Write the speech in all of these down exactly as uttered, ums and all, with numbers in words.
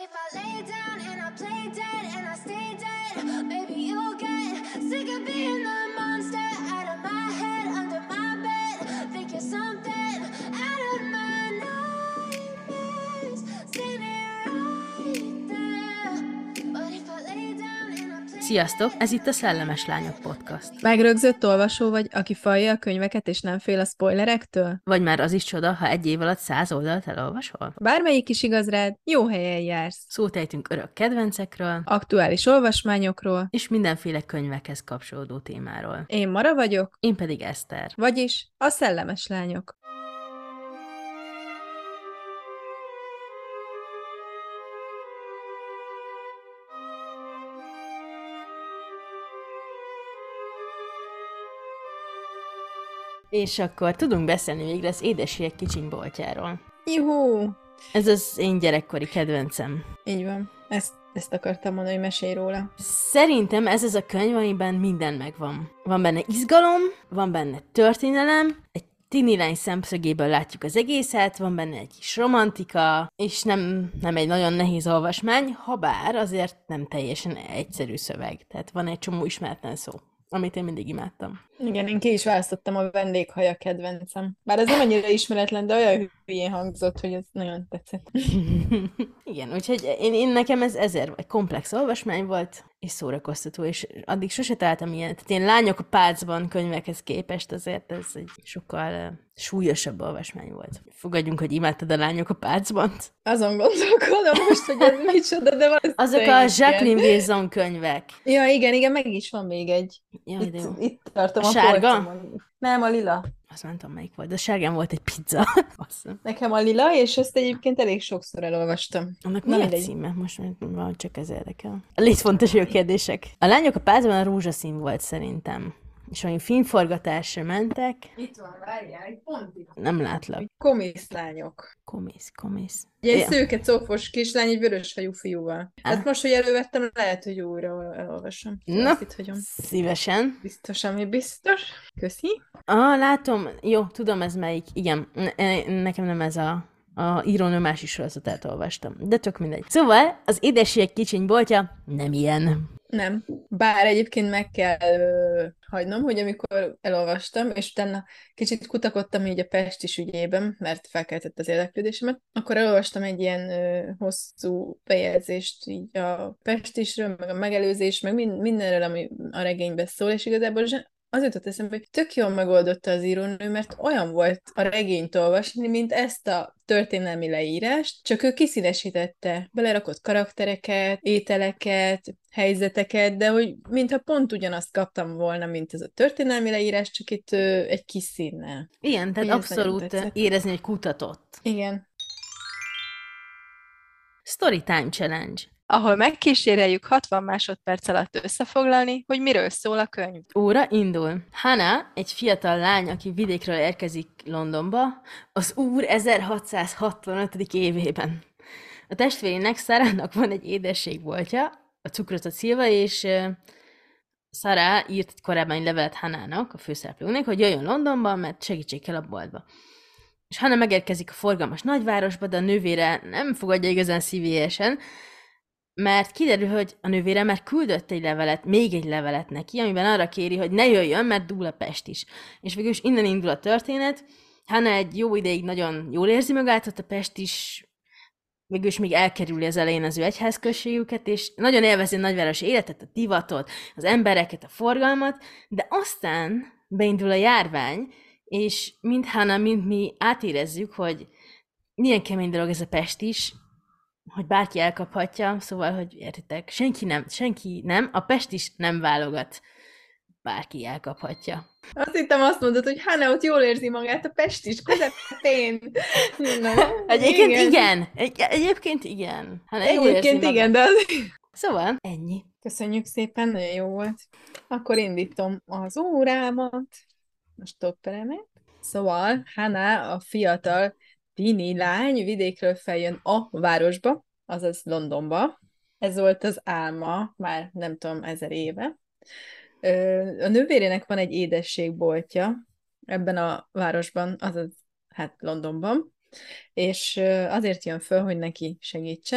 if I lay down and I play dead and I stay dead, maybe you'll get sick of being the monster out of my head, under my bed. Think you're something out of my nightmares, standing right there. But if I lay down and I play Sziasztok, ez itt a Szellemes Lányok Podcast. Megrögzött olvasó vagy, aki falja a könyveket és nem fél a spoilerektől? Vagy már az is csoda, ha egy év alatt száz oldalt elolvasol? Bármelyik is igaz rád, jó helyen jársz. Szót ejtünk örök kedvencekről, Aktuális olvasmányokról. és mindenféle könyvekhez kapcsolódó témáról. Én Mara vagyok, Én pedig Eszter. vagyis a Szellemes Lányok. És akkor tudunk beszélni végre az Édességek kicsiny boltjáról. Juhú! Ez az én gyerekkori kedvencem. Így van. Ezt, ezt akartam mondani, hogy mesélj róla. Szerintem ez az a könyv, amiben minden megvan. Van benne izgalom, van benne történelem, egy tini lány szemszögéből látjuk az egészet, van benne egy kis romantika, és nem, nem egy nagyon nehéz olvasmány, habár azért nem teljesen egyszerű szöveg. Tehát van egy csomó ismeretlen szó, amit én mindig imádtam. Igen, én ki is választottam a vendéghaja kedvencem. Bár ez nem annyira ismeretlen, de olyan hülyén hangzott, hogy ez nagyon tetszett. Igen, úgyhogy én, én nekem ez ezért egy komplex olvasmány volt, és szórakoztató, és addig sose találtam ilyen. Tehát ilyen Lányok a Pácban könyvekhez képest azért ez egy sokkal uh, súlyosabb olvasmány volt. Fogadjunk, hogy imádtad a Lányok a Pácban. Azon gondolkodom most, hogy ez micsoda, de van. Azok a Jacqueline Wilson könyvek. Ja, igen, igen, meg is van még egy. Jaj, de Itt, jó. itt tartom A a, sárga? polcomon. Nem, a lila. Azt nem tudom, melyik volt, de a sárgán volt egy pizza. Azt Nekem a lila, és ezt egyébként elég sokszor elolvastam. Annak Na, mi a mindegy. címe? Most már van, csak ez érdekel. A létfontosságú kérdések. A Lányok a Pácban a rózsaszín volt szerintem. És valami filmforgatásra mentek. Itt van, várjál, pont itt. Nem látlak. Komiszlányok. Komisz, komisz. Ugye egy Ja. szőke, cofos kislány, egy vöröshajú fiúval. Ah. Hát most, hogy elővettem, lehet, hogy újra elolvasom. Na. Azt itt hagyom. Szívesen. Biztos, ami biztos. Köszi. Ah, látom. Jó, tudom ez melyik. Igen, ne- nekem nem ez a, a írónő másik sorozatát olvastam. De tök mindegy. Szóval az Édességek kicsiny boltja nem ilyen. Nem. Bár egyébként meg kell ö, hagynom, hogy amikor elolvastam, és utána kicsit kutakodtam így a Pestis ügyében, mert felkeltett az érdeklődésemet, akkor elolvastam egy ilyen ö, hosszú bejegyzést így a Pestisről, meg a megelőzés, meg min- mindenről, ami a regényben szól, és igazából zse- az jutott eszembe, hogy tök jól megoldotta az írónő, mert olyan volt a regényt olvasni, mint ezt a történelmi leírást, csak ő kiszínesítette, belerakott karaktereket, ételeket, helyzeteket, de hogy mintha pont ugyanazt kaptam volna, mint ez a történelmi leírás, csak itt ö, egy kis színnel. Igen, tehát Hogy ez nagyon abszolút tetszett. érezni, hogy kutatott. Igen. Storytime Challenge. ahol megkíséreljük hatvan másodperc alatt összefoglalni, hogy miről szól a könyv. Óra indul. Hannah, egy fiatal lány, aki vidékről érkezik Londonba, az úr ezerhatszázhatvanöt. évében. A testvérének, Sarahnak van egy édességboltja, a Cukrozott Szilva, és uh, Sarah írt korábban egy levelet Hannahnak, a főszereplőnek, hogy jöjjön Londonba, mert segítsék kell a boltba. És Hannah megérkezik a forgalmas nagyvárosba, de a nővére nem fogadja igazán szívélyesen, mert kiderül, hogy a nővére már küldött egy levelet, még egy levelet neki, amiben arra kéri, hogy ne jöjjön, mert dúl a Pest is. És végül is innen indul a történet. Hannah egy jó ideig nagyon jól érzi magát, ott a Pest is végül is még elkerüli az elején az ő egyházközségüket, és nagyon élvezi a nagyvárosi életet, a divatot, az embereket, a forgalmat, de aztán beindul a járvány, és mind Hannah, mind mi átérezzük, hogy milyen kemény dolog ez a Pest is, hogy bárki elkaphatja, szóval, hogy értitek, senki nem, senki nem, a Pest is nem válogat. Bárki elkaphatja. Azt hittem azt mondod, hogy Hannah ott jól érzi magát a Pestis közepén. Na, Egyébként igen. igen. Egy, egyébként igen. Hannah jól érzi Egyébként magát. igen, de az... Szóval, ennyi. Köszönjük szépen, nagyon jó volt. Akkor indítom az órámat, a stopperemet. Szóval Hannah, a fiatal tini lány vidékről feljön a városba, azaz Londonba. Ez volt az álma, már nem tudom, ezer éve. Ö, A nővérének van egy édességboltja ebben a városban, azaz hát Londonban, és ö, azért jön föl, hogy neki segítsen,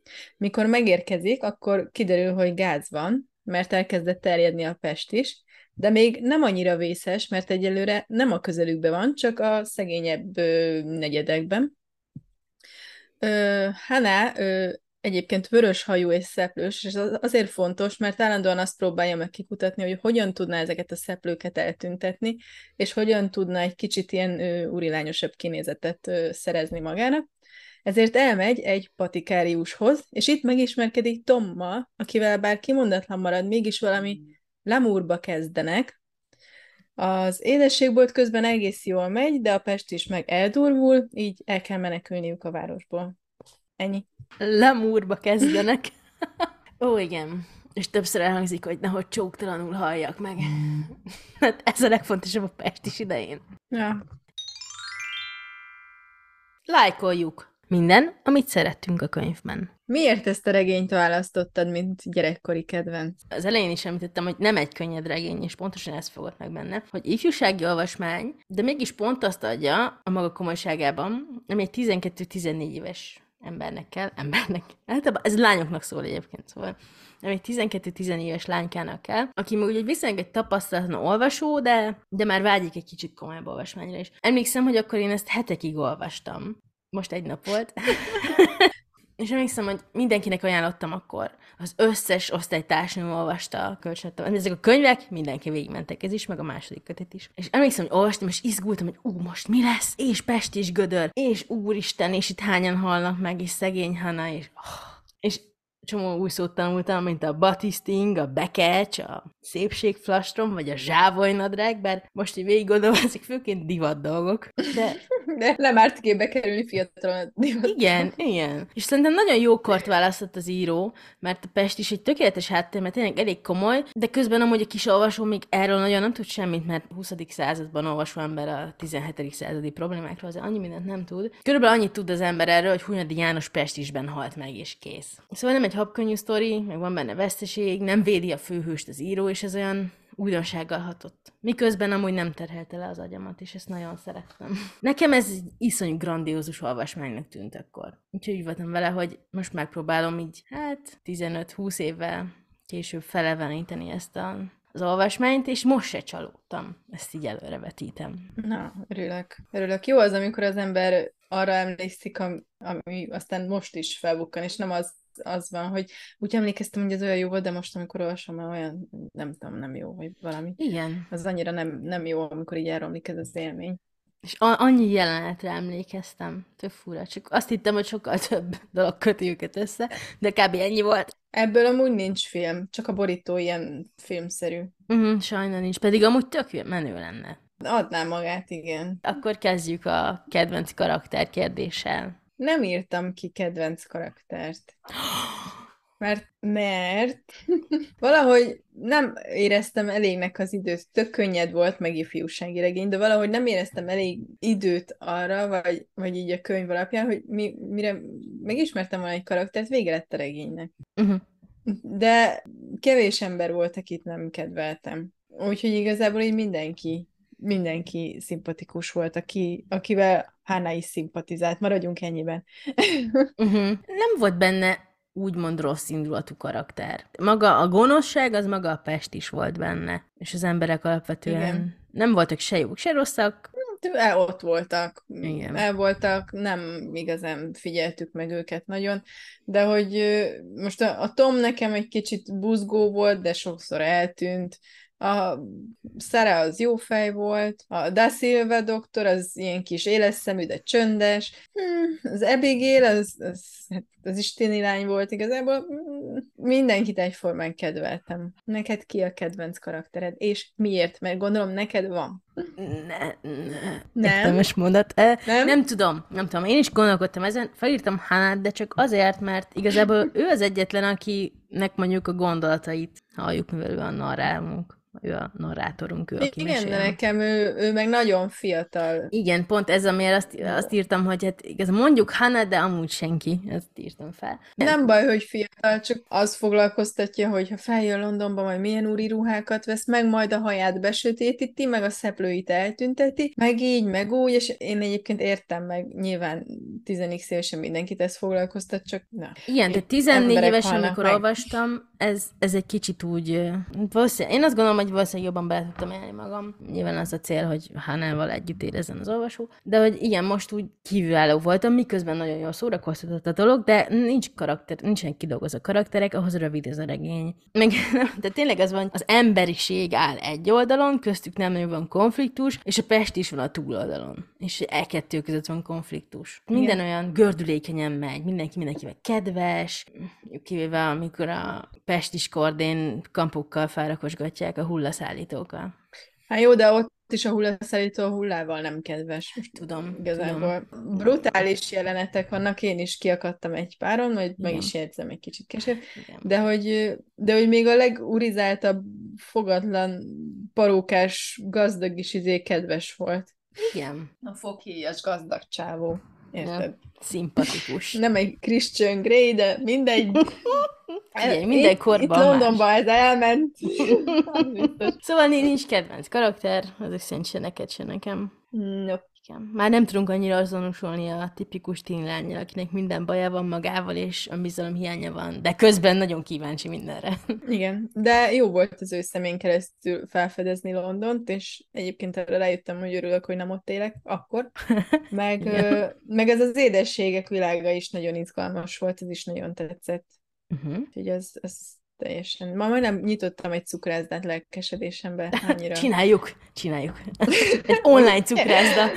Mikor megérkezik, akkor kiderül, hogy gáz van, mert elkezdett terjedni a pest is, de még nem annyira vészes, mert egyelőre nem a közelükben van, csak a szegényebb ö, negyedekben. Ö, Hana ö, egyébként vörös hajú és szeplős, és az azért fontos, mert állandóan azt próbálja meg kikutatni, hogy hogyan tudná ezeket a szeplőket eltüntetni, és hogyan tudna egy kicsit ilyen ö, urilányosabb kinézetet ö, szerezni magának. Ezért elmegy egy patikáriushoz, és itt megismerkedik Tommal, akivel bár kimondatlan marad, mégis valami lemúrba kezdenek. Az édességbolt közben egész jól megy, de a pest is meg eldurvul, így el kell menekülniük a városból. Ennyi. Lemúrba kezdenek. Ó, igen. És többször elhangzik, hogy nehogy csóktalanul halljak meg. Hát ez a legfontosabb a pestis idején. Ja. Lájkoljuk minden, amit szerettünk a könyvben. Miért ezt a regényt választottad, mint gyerekkori kedvenc? Az elején is említettem, hogy nem egy könnyed regény, és pontosan ez fogott meg benne, hogy ifjúsági olvasmány, de mégis pont azt adja a maga komolyságában, ami egy tizenkettő-tizennégy éves embernek kell, embernek, általában ez lányoknak szól egyébként, szóval, ami egy tizenkettő-tizennégy éves lánykának kell, aki meg ugye viszonylag egy tapasztalatlan olvasó, de, de már vágyik egy kicsit komolyabb olvasmányra is. Emlékszem, hogy akkor én ezt hetekig olvastam. Most egy nap volt. És emlékszem, hogy mindenkinek ajánlottam akkor. Az összes osztálytársam olvasta a kölcsönöttem. Ezek a könyvek, mindenki végigmentek, ez is, meg a második kötet is. És emlékszem, hogy olvastam, és izgultam, hogy ú, most mi lesz? És Pest és Gödör, és úristen, és itt hányan halnak meg, és szegény Hana, és... Oh. És csomó új szót tanultam, mint a batiszting, a bekecs, a szépségflastrom, vagy a zsávolynadrág, bár most így végig gondolom, ezek főként divat dolgok. De De nem árt képbe kerülni fiatalon. igen, igen. És szerintem nagyon jó kort választott az író, mert a Pest is egy tökéletes háttér, mert tényleg elég komoly, de közben amúgy a kis olvasó még erről nagyon nem tud semmit, mert huszadik században olvasó ember a tizenhetedik századi problémákról, azért annyi mindent nem tud. Körülbelül annyit tud az ember erről, hogy Hunyadi János Pestisben halt meg, és kész. Szóval nem egy habkönnyű sztori, meg van benne veszteség, nem védi a főhőst az író, és ez olyan újdonsággal hatott. Miközben amúgy nem terhelte le az agyamat, és ezt nagyon szerettem. Nekem ez egy iszonyú grandiózus olvasmánynak tűnt akkor. Úgyhogy úgy voltam vele, hogy most megpróbálom így, hát tizenöt-húsz évvel később feleveníteni ezt a, az olvasmányt, és most se csalódtam. Ezt így előrevetítem. Na, örülök. Örülök. Jó az, amikor az ember arra emlékszik, ami, ami aztán most is felbukkan, és nem az az van, hogy úgy emlékeztem, hogy ez olyan jó volt, de most, amikor olvasom, már olyan, nem tudom, nem jó, vagy valami. Igen. Az annyira nem, nem jó, amikor így elromlik ez az élmény. És a- annyi jelenetre emlékeztem. Tök fura. Csak azt hittem, hogy sokkal több dolog köti őket össze, de kb. Ennyi volt. Ebből amúgy nincs film, csak a borító ilyen filmszerű. Uh-huh, sajna nincs, pedig amúgy tök menő lenne. Adná magát, igen. Akkor kezdjük a kedvenc karakter kérdéssel. Nem írtam ki kedvenc karaktert. Mert, mert valahogy nem éreztem elégnek az időt. Tök könnyed volt, meg ifjúsági regény, de valahogy nem éreztem elég időt arra, vagy, vagy így a könyv alapján, hogy mi, mire megismertem volna egy karaktert, vége lett a regénynek. Uh-huh. De kevés ember volt, akit nem kedveltem. Úgyhogy igazából így mindenki, mindenki szimpatikus volt, aki, akivel Hana is szimpatizált. Maradjunk ennyiben. Uh-huh. Nem volt benne úgymond rossz indulatú karakter. Maga a gonoszság, az maga a Pest is volt benne. És az emberek alapvetően igen. Nem voltak se jók, se rosszak. El ott voltak. Igen. El voltak, nem igazán figyeltük meg őket nagyon, de hogy most a, a Tom nekem egy kicsit buzgó volt, de sokszor eltűnt. A Sarah az jó fej volt, a Da Silva doktor az ilyen kis éles szemű, de csöndes. Hmm, az Abigail az, az, az isteni lány volt igazából. Mindenkit egyformán kedveltem. Neked ki a kedvenc karaktered? És miért? Mert gondolom neked van. Ne, ne. Nem? Értelmes mondat. E, Nem? nem tudom, nem tudom. Én is gondolkodtam ezen, felírtam Hanát, de csak azért, mert igazából ő az egyetlen, akinek mondjuk a gondolatait halljuk, mivel ő a narrálunk. ő a narrátorunk, ő, aki Igen, de mesél. nekem ő, ő meg nagyon fiatal. Igen, pont ez, amiért azt, azt írtam, hogy hát igaz, mondjuk Hana, de amúgy senki. Ezt írtam fel. Nem baj, hogy fiatal, csak az foglalkoztatja, hogy ha feljön Londonba, majd milyen úri ruhákat vesz, meg majd a haját besötétíti, meg a szeplőit eltünteti, meg így, meg úgy, és én egyébként értem meg, nyilván tizenik évesen mindenkit ez foglalkoztat, csak na. Igen, tehát tizennégy emberek éves, halnak amikor meg. olvastam, ez, ez egy kicsit úgy, ö, valószínűleg, én azt gondolom, hogy valószínűleg jobban bele tudtam élni magam. Nyilván az a cél, hogy Hannával együtt érezzen az olvasó. De hogy igen, most úgy kívülálló voltam, miközben nagyon jól szórakoztatott a dolog, de nincs karakter, nincsenek kidolgozó karakterek, ahhoz rövid ez a regény. Meg, de tényleg az van, az emberiség áll egy oldalon, köztük nem nagyon van konfliktus, és a Pest is van a túloldalon. És e kettő között van konfliktus. Minden Igen. olyan gördülékenyen megy, mindenki mindenkivel kedves, kivéve amikor a pestis kordén kampukkal felrakosgatják a hullaszállítókkal. Hát jó, de ott is a hullaszállító a hullával nem kedves. Most Tudom, igazából brutális jelenetek vannak, én is kiakadtam egy páron, majd meg Igen. is jegyzem egy kicsit később, Igen. de hogy, de hogy még a legurizáltabb, fogatlan, parókás gazdag is izé kedves volt. Igen. A foghíjas gazdag csávó. Érted? Ja, szimpatikus. Nem egy Christian Grey, de mindegy. Figyelj, minden itt, korban itt más. Londonba ez elment. Az biztos. Szóval nincs kedvenc karakter, azok szerint se neked, se nekem. Nope. Igen. Már nem tudunk annyira azonosulni a tipikus teen lánnyal, akinek minden baja van magával, és önbizalom hiánya van, de közben nagyon kíváncsi mindenre. Igen, de jó volt az ő szemén keresztül felfedezni Londont, és egyébként erre rájöttem, hogy örülök, hogy nem ott élek akkor. Meg, ö, meg ez az édességek világa is nagyon izgalmas volt, ez is nagyon tetszett. Uh-huh. Úgyhogy ez, ez teljesen... Ma majdnem nyitottam egy cukrászdát lelkesedésembe, annyira... Csináljuk, csináljuk. Egy online cukrászda.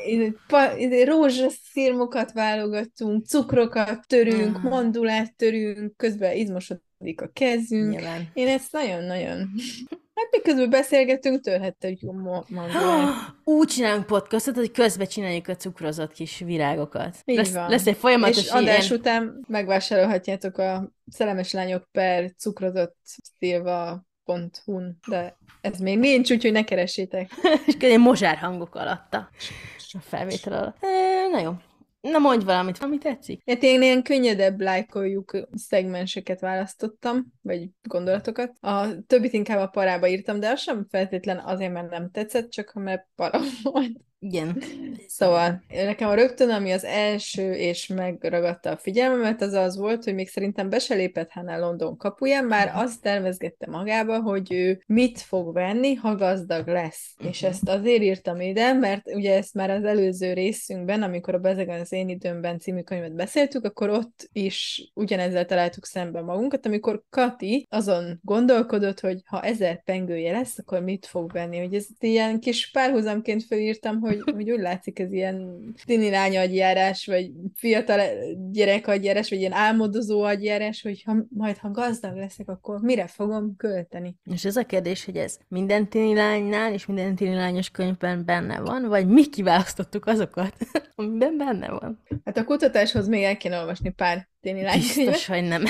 Pa- rózsaszirmokat válogatunk, cukrokat törünk, Mhm. mandulát törünk, közben izmosodik a kezünk. Nyilván. Én ezt nagyon-nagyon... Hát miközben beszélgetünk, törhettek jó ma- mandulát. Úgy csinálunk podcastot, hogy közben csináljuk a cukrozott kis virágokat. Így Lesz, van. lesz egy folyamatos És adás ilyen... után megvásárolhatjátok a Szerelmes Lányok per cukrozott stilva pont hu-n, de ez még nincs, úgyhogy ne keressétek. és ilyen mozsár hangok alatta. A felvétel alatt. E, na jó. Na mondj valamit, ami tetszik. Hát én ilyen könnyedebb lájkoljuk szegmenseket választottam, vagy gondolatokat. A többit inkább a parába írtam, de az sem feltétlen azért, mert nem tetszett, csak mert para volt. Igen. Szóval nekem a rögtön, ami az első, és megragadta a figyelmemet, az az volt, hogy még szerintem be se lépett Hannah London kapuján, már azt tervezgette magába, hogy ő mit fog venni, ha gazdag lesz. Uh-huh. És ezt azért írtam ide, mert ugye ezt már az előző részünkben, amikor a Bezegen az én időmben című könyvet beszéltük, akkor ott is ugyanezzel találtuk szemben magunkat, amikor Kati azon gondolkodott, hogy ha ezer pengője lesz, akkor mit fog venni. Hogy ez ilyen kis párhuzamként felírtam, hogy hogy, hogy úgy látszik, ez ilyen tini lány agyjárás, vagy fiatal gyerek agyjárás, vagy ilyen álmodozó agyjárás, hogy ha, majd ha gazdag leszek, akkor mire fogom költeni? És ez a kérdés, hogy ez minden tini lánynál és minden tini lányos könyvben benne van, vagy mi kiválasztottuk azokat, amiben benne van? Hát a kutatáshoz még el kéne olvasni pár tini lány könyvet. Biztos, hogy nem.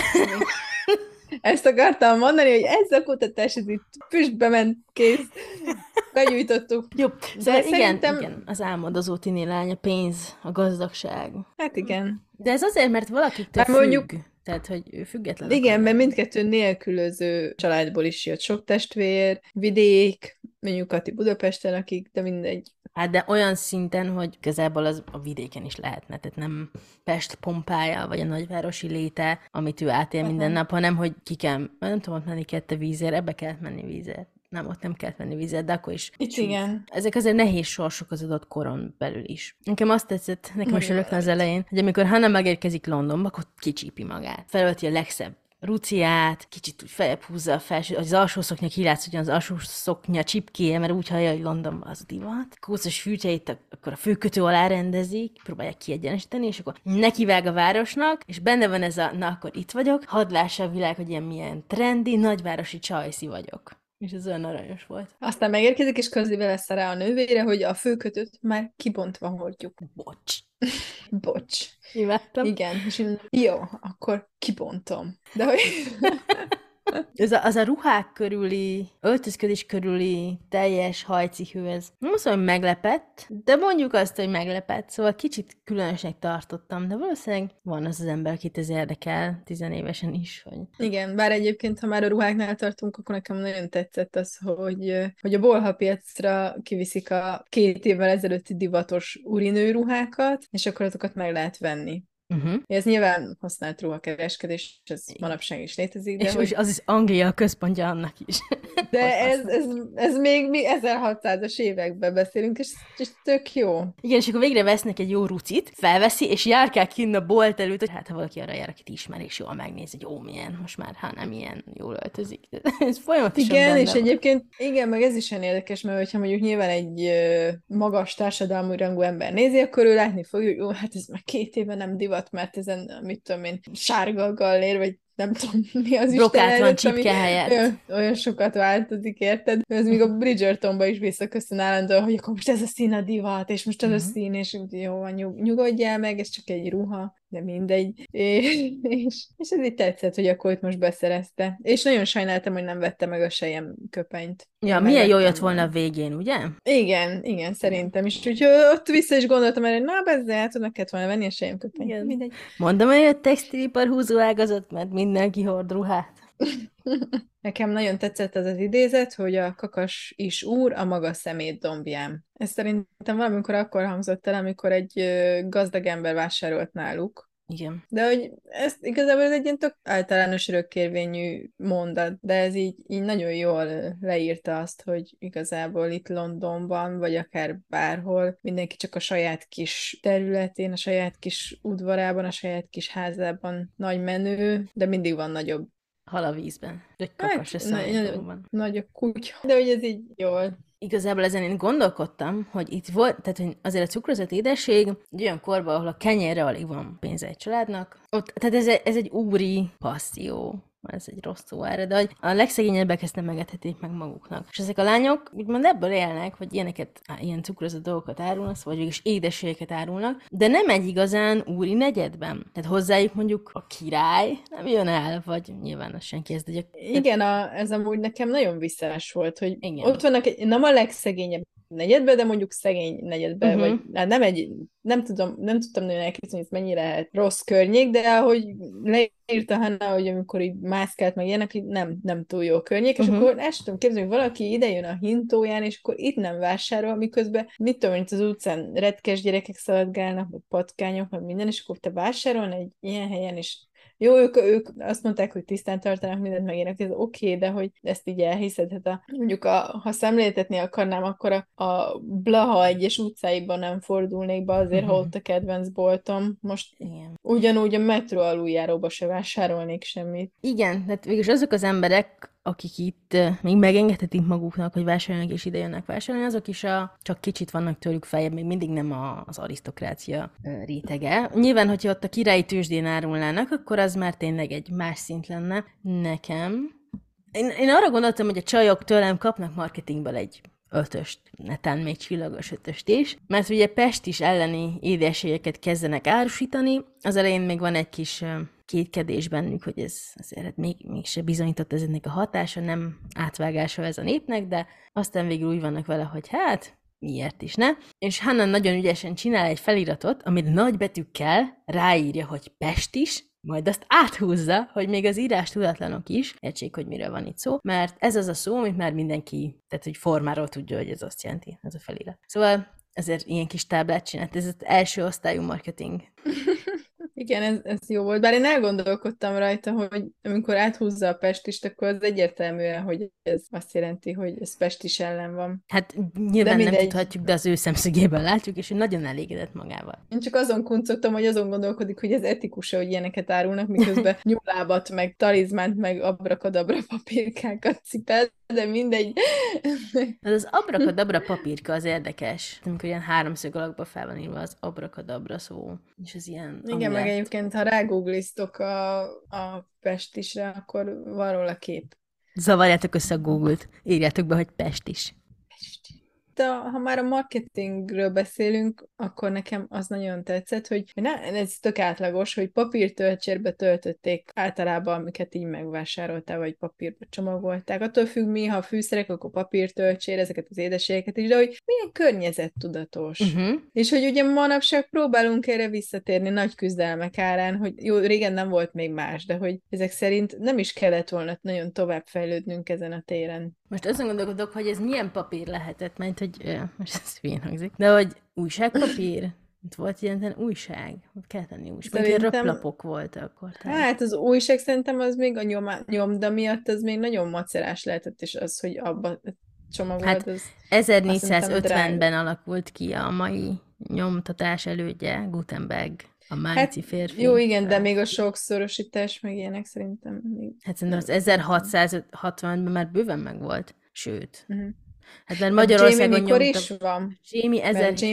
Ezt akartam mondani, hogy ez a kutatás, ez itt füstbe ment, kész. Begyújtottuk. Jó, szóval igen, szerintem... igen, az álmodozó tini lány, a pénz, a gazdagság. Hát igen. De ez azért, mert valakiktől Már mondjuk- függ. Tehát, hogy ő független. Igen, akar mert lenni. mindkettő nélkülöző családból is jött sok testvér, vidék, mondjuk Kati Budapesten lakik, de mindegy. Hát de olyan szinten, hogy közelből az a vidéken is lehetne, tehát nem Pest pompája, vagy a nagyvárosi léte, amit ő átél Aha. minden nap, hanem hogy ki kell, nem tudom, ott menni kette vízért, ebbe kellett menni vízért. Nem, ott nem kellett menni vízért, de akkor is. Itt csúf. igen. Ezek azért nehéz sorsok az adott koron belül is. Nekem azt tetszett, nekem is Nagyon rögtön az elején, hogy amikor Hannah megérkezik Londonba, akkor kicsípi magát. Felölti a legszebb ruciát, kicsit úgy feljebb húzza a felső, az alsó szoknya kilátsz, hogy az alsó szoknya csipkéje, mert úgy hallja, hogy Londonban az divat. Kócos fűtjeit akkor a főkötő alá rendezik, próbálják kiegyenesíteni, és akkor nekivág a városnak, és benne van ez a, na akkor itt vagyok, hadd lássa a világ, hogy ilyen milyen trendi, nagyvárosi csajszi vagyok. És ez olyan aranyos volt. Aztán megérkezik, és közli vele rá a nővére, hogy a főkötőt már kibontva hordjuk. Bocs. Bocs. Imádtam. Igen. És én, jó, akkor kibontom. De hogy... Az a, az a ruhák körüli, öltözködés körüli teljes hajcihő, ez nem azt mondom, hogy meglepett, de mondjuk azt, hogy meglepett. Szóval kicsit különösnek tartottam, de valószínűleg van az az ember, akit ez érdekel, tizenévesen is. Hogy... Igen, bár egyébként, ha már a ruháknál tartunk, akkor nekem nagyon tetszett az, hogy, hogy a bolhapiacra kiviszik a két évvel ezelőtti divatos urinő ruhákat, és akkor azokat meg lehet venni. Uh-huh. Ez nyilván használt ruhakereskedés, ez manapság is létezik, de és hogy... az is Anglia a központja annak is. De ez, ez, ez még mi ezerhatszázas években beszélünk, és, és tök jó. Igen, és akkor végre vesznek egy jó rucit, felveszi, és járkál kinn a bolt előtt, hogy hát ha valaki arra jár, akit ismer, és jól megnéz, hogy jó, milyen, most már hát nem ilyen jól öltözik. Ez folyamatosan Igen, és van. egyébként, igen, meg ez is olyan érdekes, mert hogyha mondjuk nyilván egy ö, magas társadalmú rangú ember nézi, akkor ő látni fogja, hogy jó, hát ez már két éve nem divat, mert ezen, mit tudom én, sárga gallér, vagy nem tudom, mi az Brokát Isten van előtt, csipke ami helyett. olyan, olyan sokat változik, érted? Ez még a Bridgertonba is visszaköszön állandóan, hogy akkor most ez a szín a divat, és most ez uh-huh. a szín, és jó, van, nyug, nyugodjál meg, ez csak egy ruha, de mindegy. És, és, és ez így tetszett, hogy akkor itt most beszerezte. És nagyon sajnáltam, hogy nem vette meg a sejem köpenyt. Ja, Én milyen jó megvettem jött volna a volna. végén, ugye? Igen, igen, szerintem is. Úgyhogy ott vissza is gondoltam erre, hogy na, bezzel, hát meg kellett volna venni a sejem köpenyt. Igen. Mindegy. Mondom, hogy a textilipar húzó ágazat, mert mindenki hord ruhát. Nekem nagyon tetszett az az idézet, hogy a kakas is úr a maga szemét dombján. Ez szerintem valamikor akkor hangzott el, amikor egy ö, gazdag ember vásárolt náluk. Igen. De hogy ez igazából ez egy ilyen tök általános örökkérvényű mondat, de ez így, így nagyon jól ö, leírta azt, hogy igazából itt Londonban, vagy akár bárhol mindenki csak a saját kis területén, a saját kis udvarában, a saját kis házában nagy menő, de mindig van nagyobb. Hal a vízben. Egy Hát, kakas lesz a na- nagyon mélytóban. nagy a kutya. De hogy ez így jól. Igazából ezen én gondolkodtam, hogy itt volt, tehát hogy azért a cukrozott édesség egy olyan korban, ahol a kenyérre alig van pénze egy családnak. Ott, tehát ez, egy- ez egy úri passzió. Ez egy rossz szó erre, de hogy a legszegényebbek ezt nem engedhetik meg maguknak. És ezek a lányok úgymond ebből élnek, hogy ilyeneket, á, ilyen cukrozott dolgokat árulnak, vagy végülis édességeket árulnak, de nem egy igazán úri negyedben. Tehát hozzájuk mondjuk a király nem jön el, vagy nyilván az senki ezt, de gyak- Igen, a, ez amúgy nekem nagyon visszás volt, hogy Igen. ott vannak, egy, nem a legszegényebb negyedbe, de mondjuk szegény negyedbe, Uh-huh. vagy hát nem egy, nem tudom, nem tudtam nagyon elképzelni, hogy ez mennyire rossz környék, de ahogy leírta Hanna, hogy amikor így mászkált meg ilyenek, így nem, nem túl jó környék, és Uh-huh. akkor el sem tudom képzelni, hogy valaki ide jön a hintóján, és akkor itt nem vásárol, miközben mit tudom, mint az utcán retkes gyerekek szaladgálnak, vagy patkányok, vagy minden, és akkor te vásárolna egy ilyen helyen, és jó, ők, ők azt mondták, hogy tisztán tartanak mindent, meg ilyenek, ez oké, okay, de hogy ezt így elhiszed, hát a, mondjuk a, ha szemléltetni akarnám, akkor a, a Blaha egyes utcáiban nem fordulnék be azért, ha ott a kedvenc boltom. Most Igen. ugyanúgy a metró aluljáróba se vásárolnék semmit. Igen, tehát végülis azok az emberek, akik itt eh, még megengedhetik maguknak, hogy vásárolnak és ide jönnek vásárolni, azok is a, csak kicsit vannak tőlük feljebb, még mindig nem a, az arisztokrácia eh, rétege. Nyilván, hogyha ott a királyi tőzsdén árulnának, akkor az már tényleg egy más szint lenne. Nekem... Én, én arra gondoltam, hogy a csajok tőlem kapnak marketingből egy ötöst, netán még csillagos ötöst is, mert ugye Pest is elleni édességeket kezdenek árusítani, az elején még van egy kis ö, kétkedés bennük, hogy ez azért még, mégse bizonyított ez ennek a hatása, nem átvágása ez a népnek, de aztán végül úgy vannak vele, hogy hát, miért is ne? És Hanna nagyon ügyesen csinál egy feliratot, amit nagy betűkkel ráírja, hogy Pest is, majd azt áthúzza, hogy még az írás tudatlanok is értsék, hogy miről van itt szó, mert ez az a szó, amit már mindenki, tehát hogy formáról tudja, hogy ez azt jelenti, ez a felirat. Szóval ezért ilyen kis táblát csinált, ez az első osztályú marketing. Igen, ez, ez jó volt. Bár én elgondolkodtam rajta, hogy amikor áthúzza a pestist, akkor az egyértelműen, hogy ez azt jelenti, hogy ez pestis ellen van. Hát nyilván nem mindegy. tudhatjuk, de az ő szemszögéből látjuk, és ő nagyon elégedett magával. Én csak azon kuncogtam, hogy azon gondolkodik, hogy ez etikus-e, hogy ilyeneket árulnak, miközben nyulábat, meg talizmánt, meg abrakadabra papírkákat cipel, de mindegy. Az az abrakadabra papírka az érdekes, amikor ilyen háromszög alakba fel van írva az abrakadabra szó, és az ilyen Igen, meg amulett. egyébként, ha rágoogliztok a, a pestisre, akkor van róla kép. Zavarjátok össze a Google-t, írjátok be, hogy Pest is. itt, a, ha már a marketingről beszélünk, akkor nekem az nagyon tetszett, hogy ne, ez tök átlagos, hogy papírtöltsérbe töltötték általában, amiket így megvásároltál, vagy papírba csomagolták. Attól függ, mi, ha fűszerek, akkor papírtöltsér, ezeket az édességeket is, de hogy milyen környezettudatos. Uh-huh. És hogy ugye manapság próbálunk erre visszatérni nagy küzdelmek árán, hogy jó, régen nem volt még más, de hogy ezek szerint nem is kellett volna nagyon tovább fejlődnünk ezen a téren. Most azon gondolkodok, hogy ez milyen papír lehetett, mert hogy, ö, most ez hülyén hangzik, de hogy újságpapír? Itt volt ilyen újság, ott kell tenni újság. Szerintem... Ilyen röplapok voltak akkor. Tehát. Hát az újság szerintem az még a nyoma, nyomda miatt az még nagyon macerás lehetett, és az, hogy abba csomagolt, hát az... ezernégyszázötvenben alakult ki a mai nyomtatás elődje, Gutenberg. A Mainzi hát, férfi. Jó, igen, de még a sokszorosítás meg ilyenek szerintem még... Hát szerintem az ezerhatszázhatvanban már bőven megvolt. Sőt. Uh-huh. Hát mert Magyarországon Jamie mikor nyomta... is van? Jamie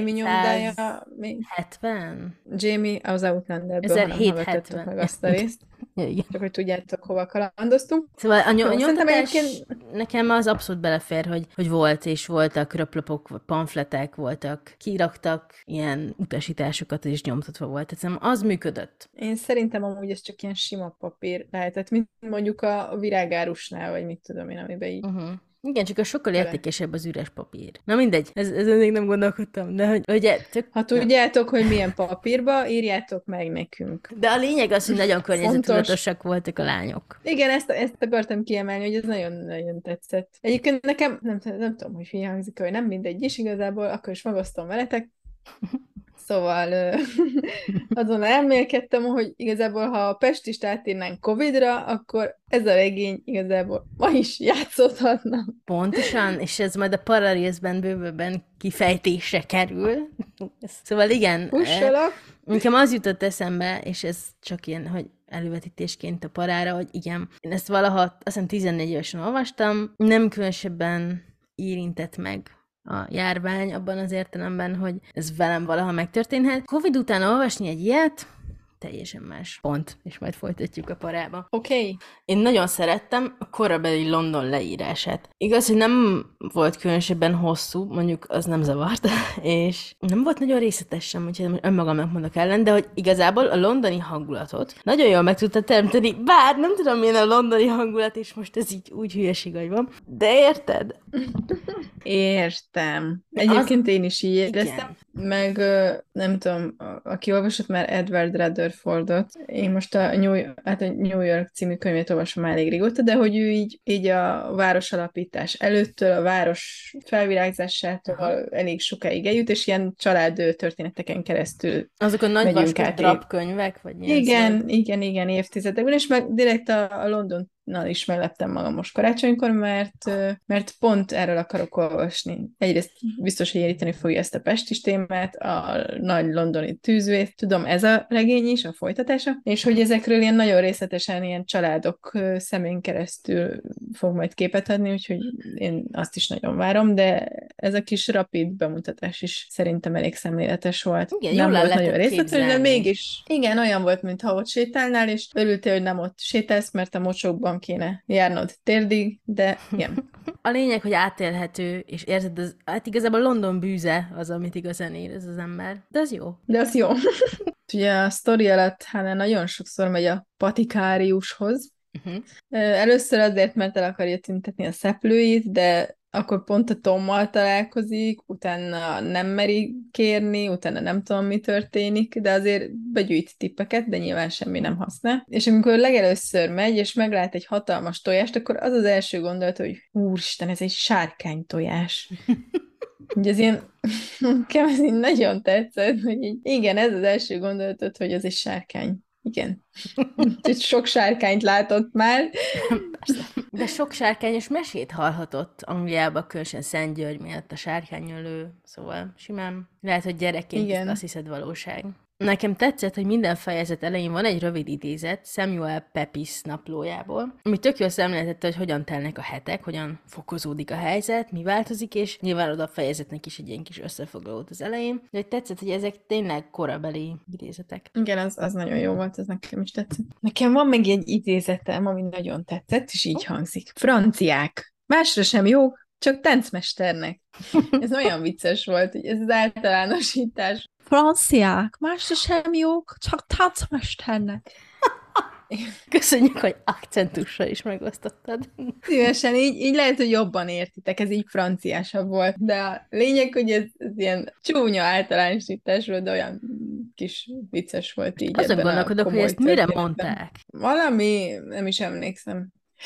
ezerhétszáz-hetven? Jamie az Outlanderből, hanem hallgatottuk meg azt a részt. Ja, igen. Csak hogy tudjátok, hova kalandoztunk. Szóval a Jó, nyomtatás egyébként... nekem az abszolút belefér, hogy, hogy volt, és voltak röplapok, pamfletek voltak, kiraktak ilyen utasításokat, és nyomtatva volt. Tehát az működött. Én szerintem amúgy ez csak ilyen sima papír lehetett, mint mondjuk a virágárusnál, vagy mit tudom én, amiben így... Uh-huh. Igen, csak a sokkal értékesebb az üres papír. Na mindegy, ez, ezen még nem gondolkodtam, de hogy ugye... Tök... Ha tudjátok, hogy milyen papírba, írjátok meg nekünk. De a lényeg az, hogy nagyon környezettudatosak voltak a lányok. Igen, ezt, ezt akartam kiemelni, hogy ez nagyon-nagyon tetszett. Egyébként nekem, nem, nem tudom, hogy hülye hangzik, hogy nem mindegy is igazából, akkor is megosztom veletek. Szóval azon elmélkedtem, hogy igazából, ha a Pestist átírnánk Covidra, akkor ez a regény igazából ma is játszódhatna. Pontosan, és ez majd a pararészben bővebben kifejtésre kerül. Szóval igen. Pussalak. Nekem az jutott eszembe, és ez csak ilyen, hogy elővetítésként a parára, hogy igen, én ezt valaha, azt hiszem tizennégy évesen olvastam, nem különösebben érintett meg a járvány abban az értelemben, hogy ez velem valaha megtörténhet. Covid után olvasni egy ilyet, teljesen más. Pont. És majd folytatjuk a parába. Oké. Okay. Én nagyon szerettem a korabeli London leírását. Igaz, hogy nem volt különösebben hosszú, mondjuk az nem zavart, és nem volt nagyon részletes sem, úgyhogy önmagamnak mondok ellen, de hogy igazából a londoni hangulatot nagyon jól meg tudta teremteni, bár nem tudom, milyen a londoni hangulat, és most ez így úgy hülyeség, hogy van. De érted? Értem. Egyébként az... én is így éreztem. Igen. Meg nem tudom, aki olvasott már Edward Rutherfordot, én most a New, hát a New York című könyvét olvasom már elég régóta, de hogy ő így, így a városalapítás előttől, a város felvirágzásától Aha. elég sokáig eljut, és ilyen család történeteken keresztül azok a nagy vaskos drapkönyvek? Vagy igen, szóval? igen, igen, évtizedekben, és meg direkt a, a London Na, is megleptem magam most karácsonykor, mert, mert pont erről akarok olvasni. Egyrészt biztos, hogy éríteni fogja ezt a pestis témát, a nagy londoni tűzvét, tudom, ez a regény is, a folytatása, és hogy ezekről ilyen nagyon részletesen ilyen családok szemén keresztül fog majd képet adni, úgyhogy én azt is nagyon várom, de ez a kis rapid bemutatás is szerintem elég szemléletes volt. Igen, nem volt nagyon részletes, de mégis. Igen, olyan volt, mintha ott sétálnál, és örültél, hogy nem ott sétálsz, mert a mocsokban kéne járnod térdig, de igen. A lényeg, hogy átélhető, és érzed, az, hát igazából London bűze az, amit igazán érez az ember. De az jó. De az jó. Ugye a sztori alatt Hannah nagyon sokszor megy a patikáriushoz. Uh-huh. Először azért, mert el akarja tüntetni a szeplőit, de akkor pont a Tommal találkozik, utána nem meri kérni, utána nem tudom, mi történik, de azért begyűjt tippeket, de nyilván semmi nem használ. És amikor legelőször megy, és meglát egy hatalmas tojást, akkor az az első gondolat, hogy úristen, ez egy sárkány tojás. Ugye ez ilyen, nekem ez így nagyon tetszett, hogy így, igen, ez az első gondolatod, hogy ez egy sárkány. Igen. Úgyhogy sok sárkányt látott már. Persze. De sok sárkányos mesét hallhatott Angliában, különösen Szent György miatt a sárkányölő, szóval simán. Lehet, hogy gyerekként Igen. azt hiszed valóság. Nekem tetszett, hogy minden fejezet elején van egy rövid idézet Samuel Pepys naplójából, ami tök jól szemléltette, hogy hogyan telnek a hetek, hogyan fokozódik a helyzet, mi változik, és nyilván oda a fejezetnek is egy ilyen kis összefoglalót az elején. De hogy tetszett, hogy ezek tényleg korabeli idézetek. Igen, az, az nagyon jó volt, ez nekem is tetszett. Nekem van még egy idézetem, ami nagyon tetszett, és így hangzik. Franciák. Másra sem jók, csak táncmesternek. Ez olyan vicces volt, hogy ez az általánosítás. Franciák, másra sem jók, csak táncmesternek. Köszönjük, hogy akcentussal is megosztottad. Szívesen, így, így lehet, hogy jobban értitek, ez így franciásabb volt, de a lényeg, hogy ez, ez ilyen csúnya általánosítás volt, de olyan kis vicces volt így. Azon ebben a gondolkodok, hogy komoly ezt mire történetben. mondták. Valami, nem is emlékszem.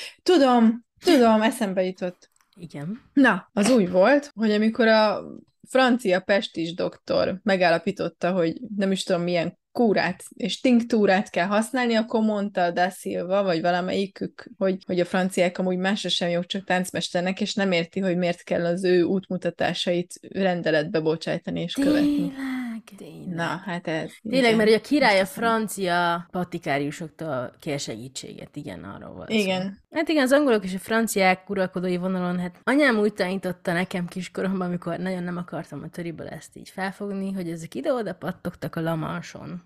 Tudom, tudom, eszembe jutott. Igen. Na, az úgy volt, hogy amikor a francia pestis doktor megállapította, hogy nem is tudom milyen kúrát és tinktúrát kell használni, akkor mondta Da Silva, vagy valamelyikük, hogy, hogy a franciák amúgy másra sem jók, csak táncmesternek, és nem érti, hogy miért kell az ő útmutatásait rendeletbe bocsájtani és követni. Tényleg, tényleg. Na, hát ez... Tényleg, igen. mert ugye a király a francia patikáriusoktól kér segítséget, igen, arról volt szó. Igen. Hát igen, az angolok és a franciák uralkodói vonalon, hát anyám úgy tanította nekem kiskoromban, amikor nagyon nem akartam a töriből ezt így felfogni, hogy ezek ide-oda pattogtak a Lamanson.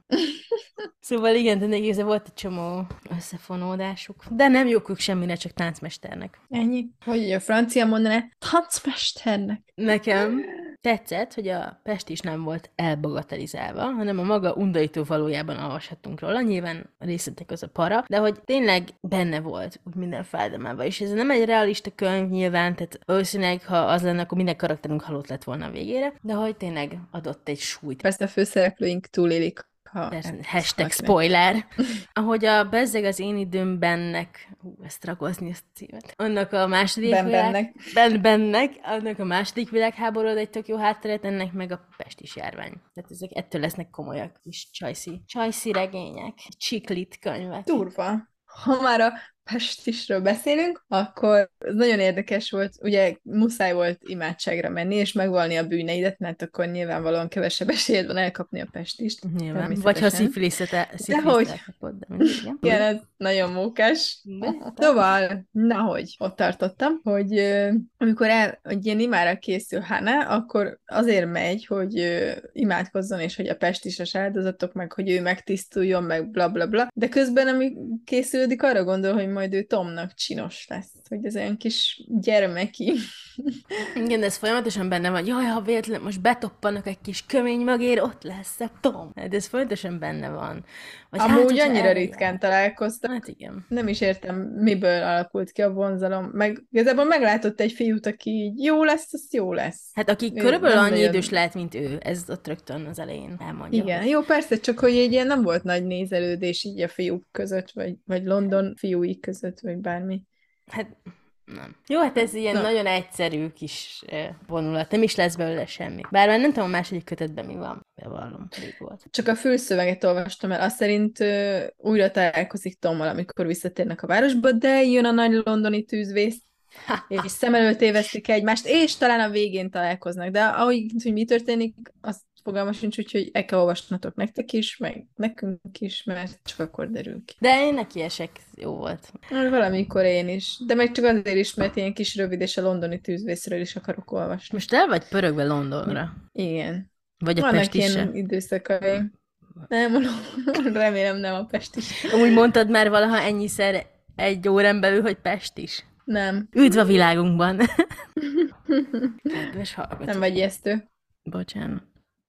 Szóval igen, de nekik volt egy csomó összefonódásuk. De nem jók ők semmire, csak táncmesternek. Ennyi. Hogy a francia mondaná, táncmesternek. Nekem tetszett, hogy a Pest is nem volt elbagatelizálva, hanem a maga undorító valójában olvashattunk róla. Nyilván a részletek az a para, de hogy tényleg benne volt úgy minden fájdalmában. És ez nem egy realista könyv nyilván, tehát valószínűleg, ha az lenne, akkor minden karakterünk halott lett volna a végére, de hogy tényleg adott egy súlyt. Persze a főszereplőink túlélik. Ha Persze, ezt hashtag használják. spoiler. Ahogy a Bezzeg az én időmbennek, hú, ezt ragozni ezt a címet. Annak a második Ben világ... bennek. Ben bennek, annak a második világháború ad egy tök jó hátteret, ennek meg a pestis járvány. Tehát ezek ettől lesznek komolyak kis csajszi. Csajszi regények, csiklit könyvek. Durva. Ha már a pestisről beszélünk, akkor ez nagyon érdekes volt, ugye muszáj volt imádságra menni, és megvalni a bűneidet, mert akkor nyilvánvalóan kevesebb esélyed van elkapni a pestist. Nyilván. Vagy ha szifiliszet hogy? elkapod, de mindig, igen. Igen, ez nagyon mókás. Szóval, nahogy ott tartottam, hogy ö, amikor el, egy ilyen imára készül Hana, akkor azért megy, hogy ö, imádkozzon, és hogy a pestis áldozatok, meg hogy ő megtisztuljon, meg bla bla bla. De közben, ami készülődik, arra gondol, hogy majd ő Tomnak csinos lesz. Hogy ez olyan kis gyermeki. Igen, de ez folyamatosan benne van. Jaj, ha véletlenül most betoppanak egy kis kömény magér, ott lesz a Tom. De ez folyamatosan benne van. Vagy Amúgy hogyha annyira eljár. ritkán találkoztam. Hát igen. Nem is értem, miből alakult ki a vonzalom. Meg igazából meglátott egy fiút, aki így jó lesz, az jó lesz. Hát aki Ő körülbelül nem annyi nagyon- idős lehet, mint ő. Ez ott rögtön az elején elmondja. Igen, jó, persze, csak hogy egy ilyen nem volt nagy nézelődés így a fiúk között, vagy, vagy London fiúi között, vagy bármi. Hát nem. Jó, hát ez ilyen Na. nagyon egyszerű kis eh, vonulat. Nem is lesz belőle semmi. Bár már nem tudom a második kötetben mi van. Bevallom, rég volt. Csak a fülszöveget olvastam el, azt szerint ö, újra találkozik Tommal, amikor visszatérnek a városba, de jön a nagy londoni tűzvész, és szem előtt évesztik egymást, és talán a végén találkoznak, de ahogy hogy mi történik, azt fogalma sincs, úgyhogy el kell olvasnatok nektek is, meg nekünk is, mert csak akkor derül ki. De én neki esek, jó volt. Valamikor én is, de meg csak azért is, mert ilyen kis rövid, és a londoni tűzvészről is akarok olvasni. Most el vagy pörögve Londonra? Igen. Vagy a Vannak Pestisre? ilyen időszakaim. Nem, mondom, remélem nem a Pestis. Amúgy mondtad már valaha ennyiszer egy órán belül, hogy Pest is? Nem, Üdv a világunkban! Kedves hallgató. nem vagy ijesztő. Bocsánat.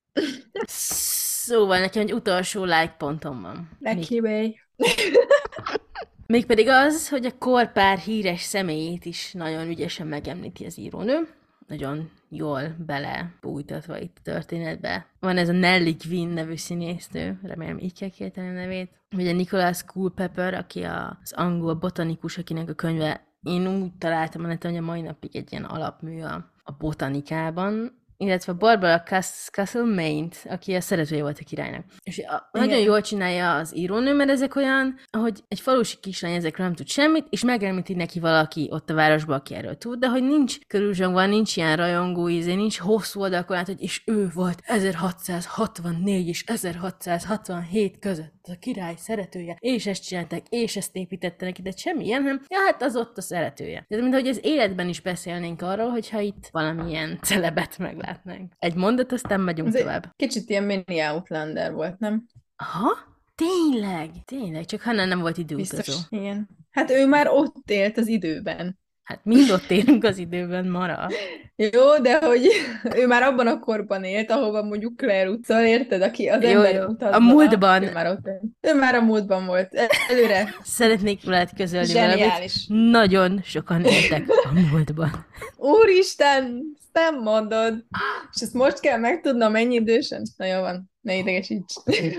Szóval nekem egy utolsó like pontom van. Még, Neki bej. mégpedig az, hogy a korpár híres személyét is nagyon ügyesen megemlíti az írónő. Nagyon jól belebújtatva itt a történetbe. Van ez a Nellie Gwyn nevű színésznő, remélem így kell kiejteni a nevét. Ugye Nicholas Culpeper, aki az angol botanikus, akinek a könyve én úgy találtam a neten, hogy a mai napig egy ilyen alapmű a, a botanikában, illetve Barbara Castlemaine, aki a szeretője volt a királynak. És a, nagyon jól csinálja az írónő, mert ezek olyan, ahogy egy falusi kislány ezekről nem tud semmit, és megemlíti neki valaki ott a városban, aki erről tud, de hogy nincs körülzsongva, nincs ilyen rajongó ízé, nincs hosszú oldalakon át, hogy és ő volt ezerhatszázhatvannégy és ezerhatszázhatvanhét között a király szeretője, és ezt csinálták, és ezt építette neki, de semmi ilyen, hanem ja, hát az ott a szeretője. Tehát mint hogy az életben is beszélnénk arról, hogyha itt valamilyen celebet meglátnánk. Egy mondat, aztán megyünk Ez egy tovább. kicsit ilyen mini Outlander volt, nem? Aha, tényleg, tényleg, csak Hannah nem volt időutazó. Biztos. Igen. Hát ő már ott élt az időben. Hát mind ott élünk az időben, Mara. Jó, de hogy ő már abban a korban élt, ahova mondjuk Claire utca, érted? Aki az Jó, ember jó. A utazna. múltban Ő már ott élt. Ő már a múltban volt. Előre. szeretnék veled közölni valamit. Zseniális. Nagyon sokan éltek a múltban. Úristen, ezt nem mondod. És ezt most kell megtudnom, mennyi idősen? Na jó van, ne idegesíts.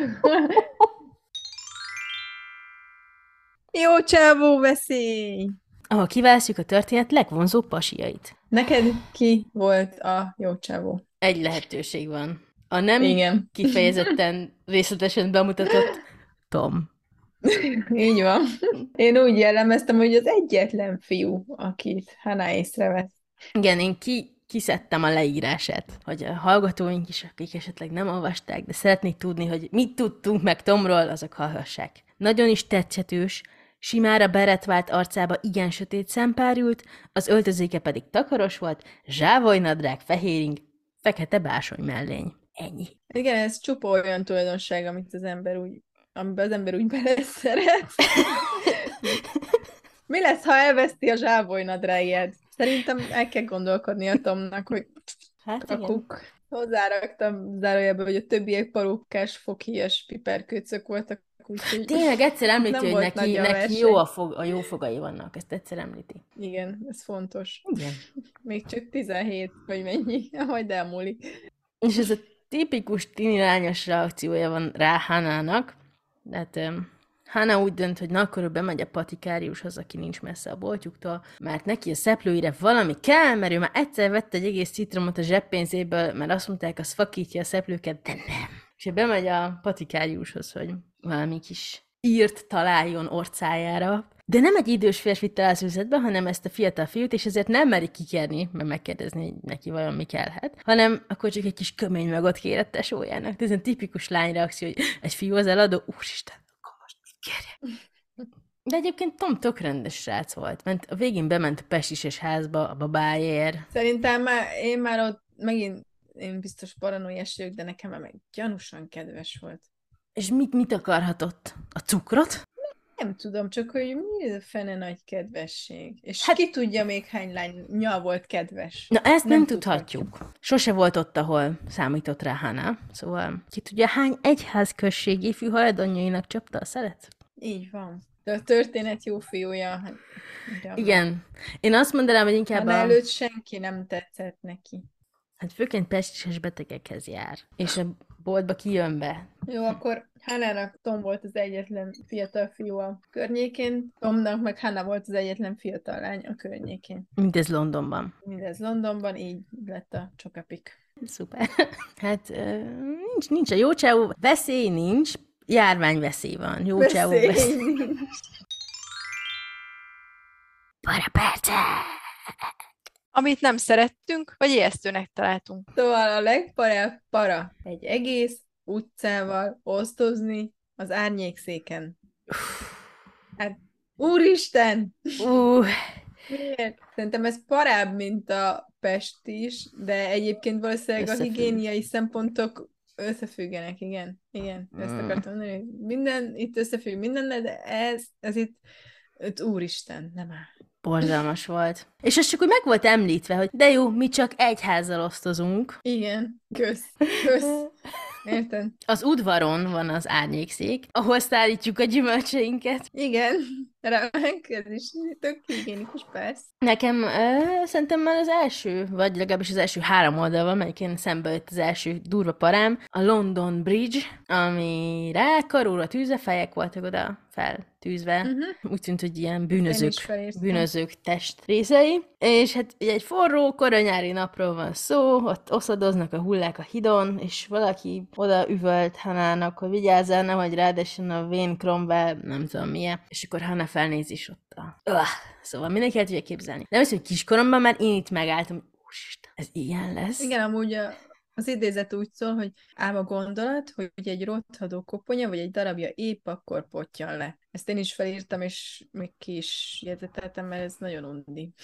Jó csávó veszély! Ahol kiválasztjuk a történet legvonzóbb pasiait. Neked ki volt a jó csávó? Egy lehetőség van. A nem Igen. kifejezetten részletesen bemutatott Tom. Így van. Én úgy jellemeztem, hogy az egyetlen fiú, akit Hannah észrevett. Igen, én ki, kiszedtem a leírását, hogy a hallgatóink is, akik esetleg nem olvasták, de szeretnék tudni, hogy mit tudtunk meg Tomról, azok hallhassák. Nagyon is tetszetős, simára beretvált arcába igen sötét szempár ült, az öltözéke pedig takaros volt, zsávolynadrág, fehéring, fekete básony mellény. Ennyi. Igen, ez csupa olyan tulajdonság, amit az ember úgy, amiben az ember úgy beleszeret. Mi lesz, ha elveszti a zsávolynadrágját? Szerintem el kell gondolkodni a Tomnak, hogy Hát igen. kakuk. Hozzáraktam zárójelbe, hogy a többiek parókás, foghíjas piperkőcök voltak, úgyhogy Tényleg egyszer említi, nem hogy volt neki, nagy a neki verseny. jó a, fog, a jó fogai vannak, ezt egyszer említi. Igen, ez fontos. Igen. Még csak tizenhét, vagy mennyi, majd elmúlik. És ez a tipikus tini lányos reakciója van rá Hannah-nak. Tehát um, Hannah úgy dönt, hogy na, akkor ő bemegy a patikáriushoz, aki nincs messze a boltjuktól, mert neki a szeplőire valami kell, mert ő már egyszer vette egy egész citromot a zseppénzéből, mert azt mondták, az fakítja a szeplőket, de nem. És ő bemegy a patikáriushoz, hogy valami kis írt találjon orcájára. De nem egy idős férfit talál az üzletben, hanem ezt a fiatal fiút, és ezért nem meri kikérni, mert megkérdezni, hogy neki vajon mi kellhet, hanem akkor csak egy kis kömény meg ott kér a tesójának. Ez egy tipikus lányreakció, hogy egy fiú az eladó, úristen, akkor most mit kérje? De egyébként Tom tök rendes srác volt, mert a végén bement a pestises házba a babáért. Szerintem már, én már ott megint, én biztos paranoiás vagyok, de nekem már meg gyanúsan kedves volt. És mit, mit akarhatott? A cukrot? Nem tudom, csak hogy mi ez a fene nagy kedvesség. És Hát- hát, ki tudja még hány lánya volt kedves. Na, ezt nem, Nem tudhatjuk. Sose volt ott, ahol számított rá Hannah. Szóval ki tudja, hány egyházközség ifjú hajadonjainak csapta a szelet? Így van. De a történet jó fiúja. Hát, ugye, Igen. Én azt mondanám, hogy inkább Hannah a... előtt senki nem tetszett neki. Hát főként pestises betegekhez jár. És a boltba kijön be. Jó, akkor Hannah-nak Tom volt az egyetlen fiatal fiú a környékén, Tomnak meg Hannah volt az egyetlen fiatal lány a környékén. Mindez Londonban. Mindez Londonban, így lett a csokapik. Szuper. Hát ö, nincs, nincs a jó csávó, veszély nincs, járványveszély van. Jó csávó veszély. Veszély. Para perce! Amit nem szerettünk, vagy ijesztőnek találtunk. Szóval a legparább para egy egész utcával osztozni az árnyékszéken. Hát, úristen! Uh, Miért? Szerintem ez parább, mint a Pest is, de egyébként valószínűleg a Összefügg. higiéniai szempontok összefüggenek, igen. Igen, ezt Mm. akartam mondani, hogy minden itt összefügg mindennel, de ez, ez itt, itt úristen, nem áll. borzalmas volt. És ez csak úgy meg volt említve, hogy de jó, mi csak egy házzal osztozunk. Igen, kösz, kösz. Érted? Az udvaron van az árnyékszék, ahol szállítjuk a gyümölcseinket. Igen, remek, ez is tök higiénikus, persze. Nekem ö, szerintem már az első, vagy legalábbis az első három oldalban, melyiken szembe jött az első durva parám, a London Bridge, amire karóra tűzve, fejek voltak oda feltűzve. Uh-huh. Úgy tűnt, hogy ilyen Én bűnözők, is felírtam. bűnözők test részei. És hát ugye egy forró, koronyári napról van szó, ott oszadoznak a hullák a hidon, és valaki oda üvölt Hannah-nak, hogy vigyázzál, nehogy rád essen a Vén Cromwell, nem tudom milyen. És akkor Hannah felnéz is ott a... Öh, szóval mindenki el tudja képzelni. Nem hiszem, hogy kiskoromban már én itt megálltam, hogy úristen, ez ilyen lesz. Igen, amúgy a, az idézet úgy szól, hogy ám a gondolat, hogy egy rothadó koponya, vagy egy darabja épp akkor pottyan le. Ezt én is felírtam, és még ki is jegyzeteltem, mert ez nagyon undi.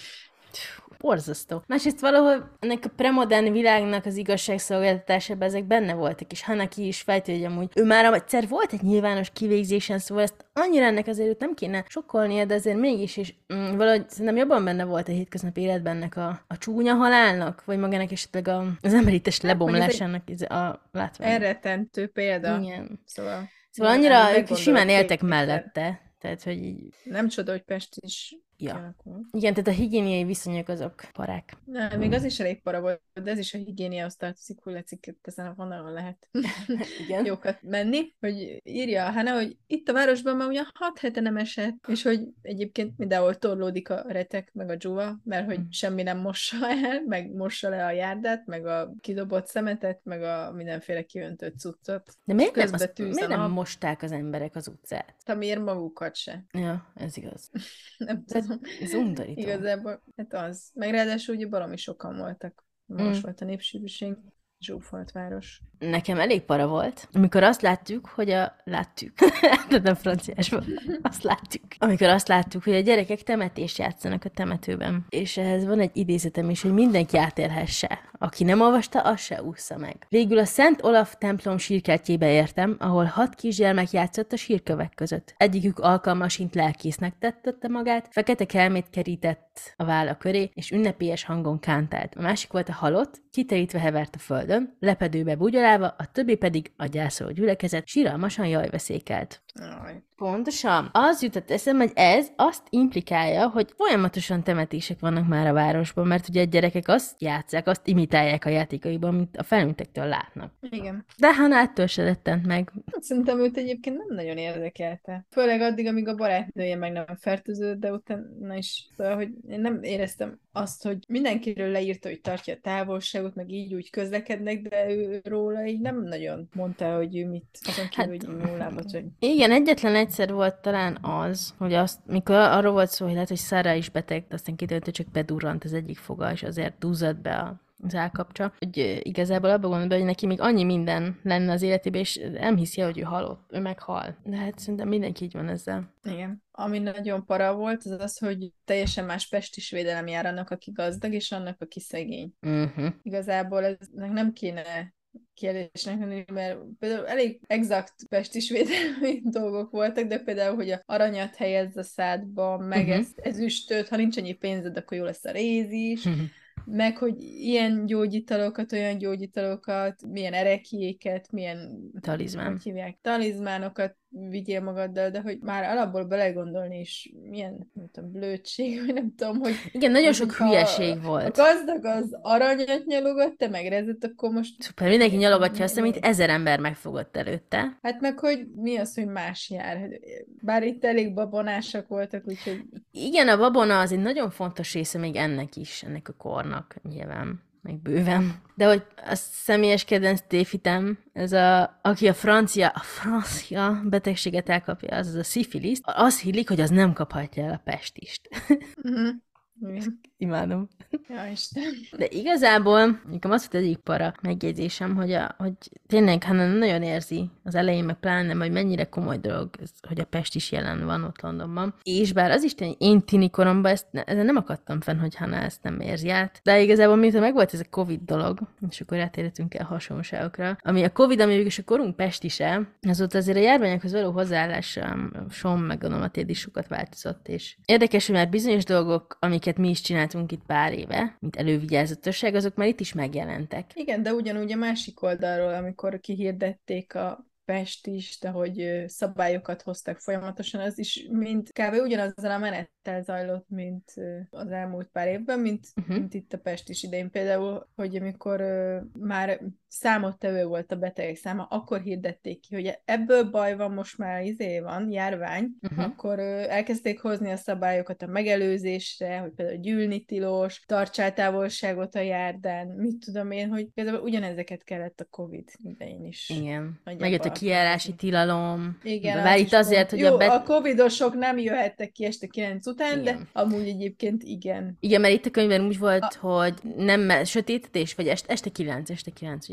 Borzasztó. Másrészt valahol ennek a premodern világnak az igazságszolgáltatásában ezek benne voltak, és Hannah ki is fejtő, hogy amúgy ő már egyszer volt egy nyilvános kivégzésen, szóval ezt annyira ennek azért őt nem kéne sokkolnia, de azért mégis is mm, valahogy szerintem jobban benne volt a hétköznapi életben ennek a, a csúnya halálnak, vagy magának esetleg a, az emberites lebomlásának a látvány. Elrettentő példa. Igen. Szóval, Szóval annyira ők simán éltek mellette. Tehát, hogy így... Nem csoda, hogy Pest is Ja. kialakul. Igen, tehát a higiéniai viszonyok azok parák. Nem, még az is elég para volt, de ez is a higiéniához tartozik, hogy látszik, ezen a vonalon lehet Igen. jókat menni, hogy írja a Hannah, hogy itt a városban már ugyan hat hete nem esett, és hogy egyébként mindenhol torlódik a retek, meg a dzsuva, mert hogy Mm. semmi nem mossa el, meg mossa le a járdát, meg a kidobott szemetet, meg a mindenféle kiöntött cuccot. De miért nem, Közben azt, tűz miért a nem nap. mosták az emberek az utcát? Miért magukat se? Ja, ez igaz. Nem Ez, tudom. ez undorító. Igazából, hát az. Meg ráadásul ugye baromi sokan voltak. Magas Mm. volt a népsűrűség. Zsúfolt város. Nekem elég para volt, amikor azt látjuk, hogy a... Látjuk. De nem franciásban. Azt látjuk. Amikor azt láttuk, hogy a gyerekek temetést játszanak a temetőben. És ehhez van egy idézetem is, hogy mindenki átélhesse. Aki nem olvasta, az se ússza meg. Végül a Szent Olaf templom sírkertjébe értem, ahol hat kisgyermek játszott a sírkövek között. Egyikük alkalmasint lelkésznek tettette magát, fekete kelmét kerített a válla köré, és ünnepélyes hangon kántált. A másik volt a halott, kiterítve hevert a földön, lepedőbe bugyolálva, a többi pedig a gyászoló gyülekezet síralmasan jajveszékelt. Aj. Pontosan. Az jutott eszembe, hogy ez azt implikálja, hogy folyamatosan temetések vannak már a városban, mert ugye a gyerekek azt játsszák, azt imitálják a játékaiban, amit a felnőttektől látnak. Igen. De Hannah ettől se rettent meg. Szerintem őt egyébként nem nagyon érdekelte. Főleg addig, amíg a barátnője meg nem fertőződött, de utána is. Szóval, hogy én nem éreztem azt, hogy mindenkiről leírta, hogy tartja a távolságot, meg így úgy közlekednek, de ő róla így nem nagyon mondta, hogy ő mit. Azon kívül, Hát- hogy nyúlábat, hogy Igen, egyetlen egyszer volt talán az, hogy azt, mikor arról volt szó, hogy lehet, hogy Sarah is beteg, de aztán kiderült, hogy csak bedurrant az egyik foga, és azért duzzadt be a az állkapcsa, hogy ö, igazából abban gondolom, hogy neki még annyi minden lenne az életében, és nem hiszi, hogy ő halott, ő meghal. De hát szerintem mindenki így van ezzel. igen. Ami nagyon para volt, az az, hogy teljesen más pestis védelem jár annak, aki gazdag, és annak, aki szegény. Uh-huh. Igazából eznek nem kéne kérdésnek lenni, mert például elég exakt pestis védelmi dolgok voltak, de például, hogy a aranyat helyezz a szádba, meg Mhm. ez, ezüstöt, ha nincs annyi pénzed, akkor jó lesz a réz is, Uh-huh. meg hogy ilyen gyógyitalokat, olyan gyógyitalokat, milyen erekjéket, milyen Talizmán. hogy hívják, talizmánokat vigyél magaddal, de hogy már alapból belegondolni is, milyen, nem tudom, blödség, vagy nem tudom, hogy Igen, nagyon hogy sok ha hülyeség a volt. gazdag az aranyat nyalogat, te meg rezet, akkor most Szuper, mindenki nyalogatja azt, amit ezer ember megfogott előtte. hát meg, hogy mi az, hogy más jár. Bár itt elég babonásak voltak, úgyhogy Igen, a babona az egy nagyon fontos része még ennek is, ennek a kornak nyilván, meg bőven. De hogy a személyes kedvenc tévhitem, ez a, aki a francia, a francia betegséget elkapja, az az a szifilisz, azt hillik, hogy az nem kaphatja el a pestist. uh-huh. Igen. Imádom. Ja, Isten. De igazából, nekem az volt egyik para megjegyzésem, hogy, a, hogy tényleg Hannah nagyon érzi az elején, meg pláne, hogy mennyire komoly dolog, ez, hogy a pest is jelen van ott Londonban. És bár az is tény, én tini koromban ezt, ezen nem akadtam fenn, hogy Hannah ezt nem érzi át. De igazából miután megvolt ez a Covid dolog, és akkor rátérhetünk el hasonlóságokra, ami a Covid, ami mégis a korunk pestise, azóta azért a járványokhoz való hozzáállásom, meg gondolom a téd is sokat változott, és érdekes, hogy már bizonyos dolgok, amiket mi is csináltunk itt pár éve, mint elővigyázatosság, azok már itt is megjelentek. Igen, de ugyanúgy a másik oldalról, amikor kihirdették a Pest is, de hogy ö, szabályokat hoztak folyamatosan, az is mind kb. Ugyanazzal a menettel zajlott, mint ö, az elmúlt pár évben, mint, Uh-huh. mint itt a Pest is idején. Például, hogy amikor ö, már számottevő volt a betegek száma, akkor hirdették ki, hogy ebből baj van, most már izé van, járvány, Uh-huh. akkor ö, elkezdték hozni a szabályokat a megelőzésre, hogy például gyűlni tilos, tartsál távolságot a járdán, mit tudom én, hogy például ugyanezeket kellett a Covid idején is. Igen. Nagyjából Megjött a kijárási tilalom. Igen, Bár az itt is azért, pont. hogy Jó, a bet... a covidosok nem jöhettek ki este kilenc után, Igen. de amúgy egyébként igen. Igen, mert itt a könyvben úgy volt, a... hogy nem me- sötétedés, vagy este, este kilenc, este kilenc, ugye?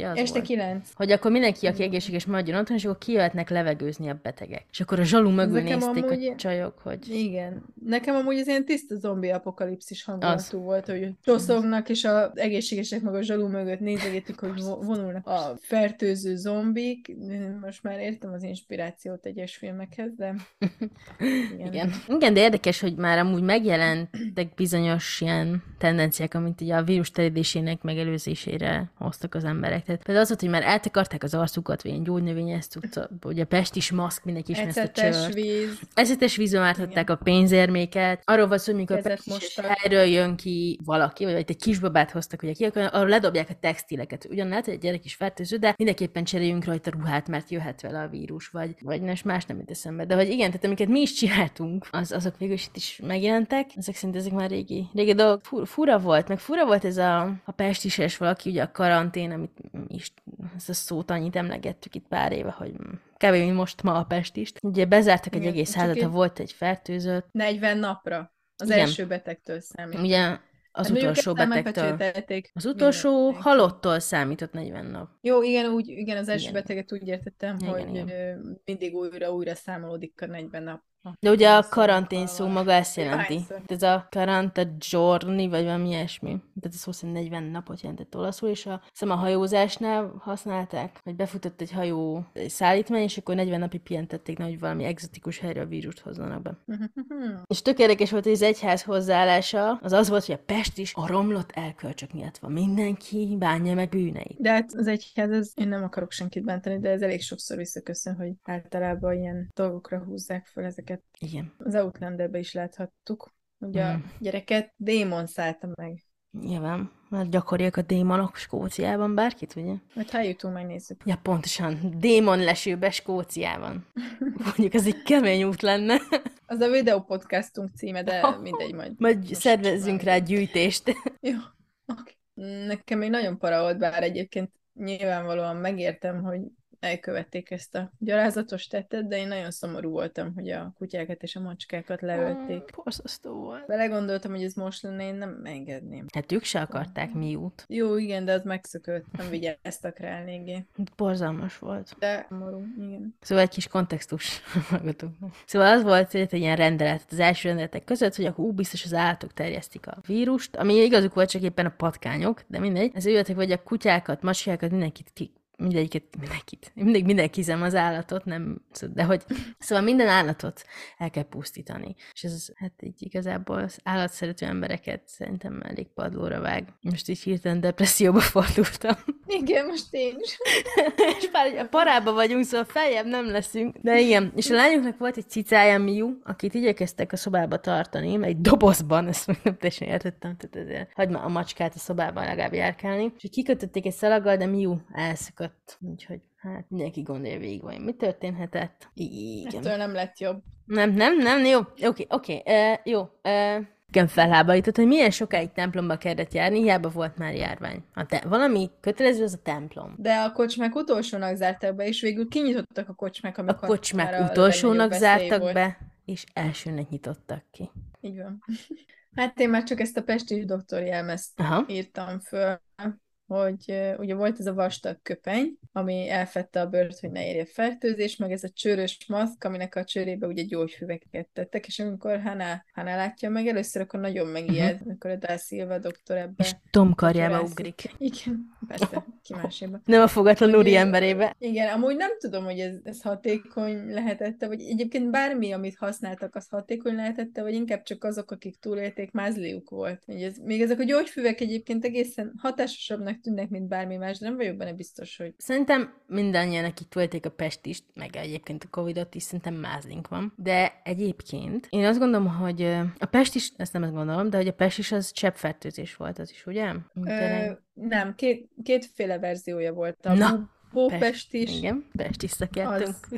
ugye az Este volt. kilenc. Hogy akkor mindenki, aki egészséges, maradjon otthon, és akkor kijöhetnek levegőzni a betegek. És akkor a zsalu mögül Nekem nézték amúgy- a csajok, hogy... Igen. Nekem amúgy ez ilyen tiszta zombi apokalipszis hangulatú volt, hogy csoszognak, és az egészségesek meg a zsalú mögött nézegetik, hogy vo- vonulnak a fertőző zombik. Most már értem az inspirációt egyes filmekhez, de igen. Igen. Igen, de érdekes, hogy már amúgy megjelentek bizonyos ilyen tendenciák, amit ugye a vírus terjedésének megelőzésére hoztak az emberek. Tehát például az volt, hogy már eltakarták az arcukat, vagy ilyen gyógynövényes cuccot, ugye a pestis maszk, mindenki ismer ezt a Ecetes csört. víz. Eszetes vízben ártották a pénzérméket. Arról volt szó, hogy mikor Kezet pestis mostak. helyről jön ki valaki, vagy egy kisbabát hoztak, ugye ki, akkor arról ledobják a textileket. Ugyan lehet, hogy egy gyerek is fertőző, de mindenképpen cseréljünk rajta ruhát, mert jöhet vele a vírus, vagy, vagy nem, más nem jut eszembe. De hogy igen, tehát amiket mi is csináltunk, az, azok végül is itt is megjelentek. Ezek szerint ezek már régi, régi dolgok. Fura, fura volt, meg fura volt ez a, a pestises valaki, ugye a karantén, amit mi is, ezt a szót annyit emlegettük itt pár éve, hogy kb. Mint most ma a pestist. Ugye bezártak egy Igen, egész csak házat, ha egy- volt egy fertőzött. negyven napra. Az Igen. első betegtől számít. Ugye az Hát mondjuk utolsó ezzel betegtől. megpecsételték Az utolsó mindenki. halottól számított negyven nap. Jó, igen, úgy, igen, az első Igen. beteget úgy értettem, Igen, hogy igen. ö, mindig újra-újra számolódik a negyven nap. De ugye a Hányszor karantén szó van? maga ezt jelenti. Hányszor? Ez a karanta giorni, vagy valami ilyesmi. Tehát ez szó szerint negyven napot jelentett olaszul, és a, hiszem a hajózásnál használták, hogy befutott egy hajó egy szállítmány, és akkor negyven napig pihentették, hogy valami egzotikus helyre a vírust hozzanak be. És tök érdekes volt, hogy az egyház hozzáállása az az volt, hogy a Pest is a romlott elkölcsök miatt van. Mindenki bánja meg bűneit. De hát az egyház, ez, én nem akarok senkit bántani, de ez elég sokszor visszaköszön, hogy általában ilyen dolgokra húzzák fel ezeket. Igen. Az Outlanderben is láthattuk, hogy a Mm. gyereket démon szállta meg. Nyilván, mert gyakoriak a démonok Skóciában, bárkit, ugye? Majd ha eljutunk, megnézzük. Ja, pontosan. Démon lesőbe Skóciában. Mondjuk ez egy kemény út lenne. Az a videópodcastunk címe, de mindegy, majd. Majd most szervezzünk rá valami. gyűjtést. Jó, oké. Nekem még nagyon para volt, bár egyébként nyilvánvalóan megértem, hogy elkövették ezt a gyalázatos tettet, de én nagyon szomorú voltam, hogy a kutyákat és a macskákat leölték. Borzasztó volt. Belegondoltam, hogy ez most lenne, én nem engedném. Hát ők se akarták miút. Jó, igen, de az megszökött, nem vigyáztak rá eléggé. Borzalmas volt. De szomorú, igen. Szóval egy kis kontextus hallgatóknak. Szóval az volt, hogy egy ilyen rendelet az első rendeletek között, hogy akkor ú, biztos az állatok terjesztik a vírust, ami igazuk volt, csak éppen a patkányok, de mindegy. Ez jöttek, vagy a kutyákat, macskákat, mindenkit ki mindegyiket, mindenkit. Mindig mindenkizem az állatot, nem, de hogy, szóval minden állatot el kell pusztítani. És ez, hát így igazából az állatszerető embereket szerintem elég padlóra vág. Most így hirtelen depresszióba fordultam. Igen, most én is. És pár, a parába vagyunk, szóval feljebb nem leszünk. De igen, és a lányoknak volt egy cicája, Miu, akit igyekeztek a szobába tartani, mert egy dobozban, ezt még nem teljesen értettem, tehát ezért hagyd már a macskát a szobában legalább járkálni. És kikötötték egy szalaggal, de Miu elszakadt. Úgyhogy hát mindenki gondolja végig, vagy mi történhetett. Igen. Ettől nem lett jobb. Nem, nem, nem, jó, oké, oké, uh, jó. Uh, igen, felháborított, hogy milyen sokáig templomba kellett járni, hiába volt már járvány. A te- valami kötelező az a templom. De a kocsmák utolsónak zárták be, és végül kinyitottak a kocsmák, A amikor már kocsmák a utolsónak legnagyobb veszély zártak volt. be, és elsőnek nyitottak ki. Így van. Hát én már csak ezt a pestis doktori jelmezt Aha. írtam föl, hogy uh, ugye volt ez a vastag köpeny, ami elfedte a bőrt, hogy ne érje fertőzés, meg ez a csőrös maszk, aminek a csőrébe ugye gyógyfüveket tettek, és amikor Hannah, Hannah látja meg először, akkor nagyon megijed, uh-huh. amikor a Da Silva doktor ebbe... És Tom karjába Gyalászik. ugrik. Igen, persze, ki máséba. Nem a fogatlan Hogy, úri ö, emberébe. Igen, amúgy nem tudom, hogy ez, ez hatékony lehetette, vagy egyébként bármi, amit használtak, az hatékony lehetette, vagy inkább csak azok, akik túlélték, mázliuk volt. Ugye ez, még ezek a gyógyfüvek egyébként egészen hatásosabbnak tűnnek, mint bármi más, de nem vagyok benne biztos, hogy... Szerintem mindannyian, akik túlélték a pestist, meg egyébként a covidot is, szerintem mázlink van. De egyébként én azt gondolom, hogy ö, a pestis, ezt nem azt gondolom, de hogy a pestis az cseppfertőzés volt, az is, ugye? Ö, nem, két, kétféle verziója volt. A Na, hópestis, Igen, pestis szakértünk.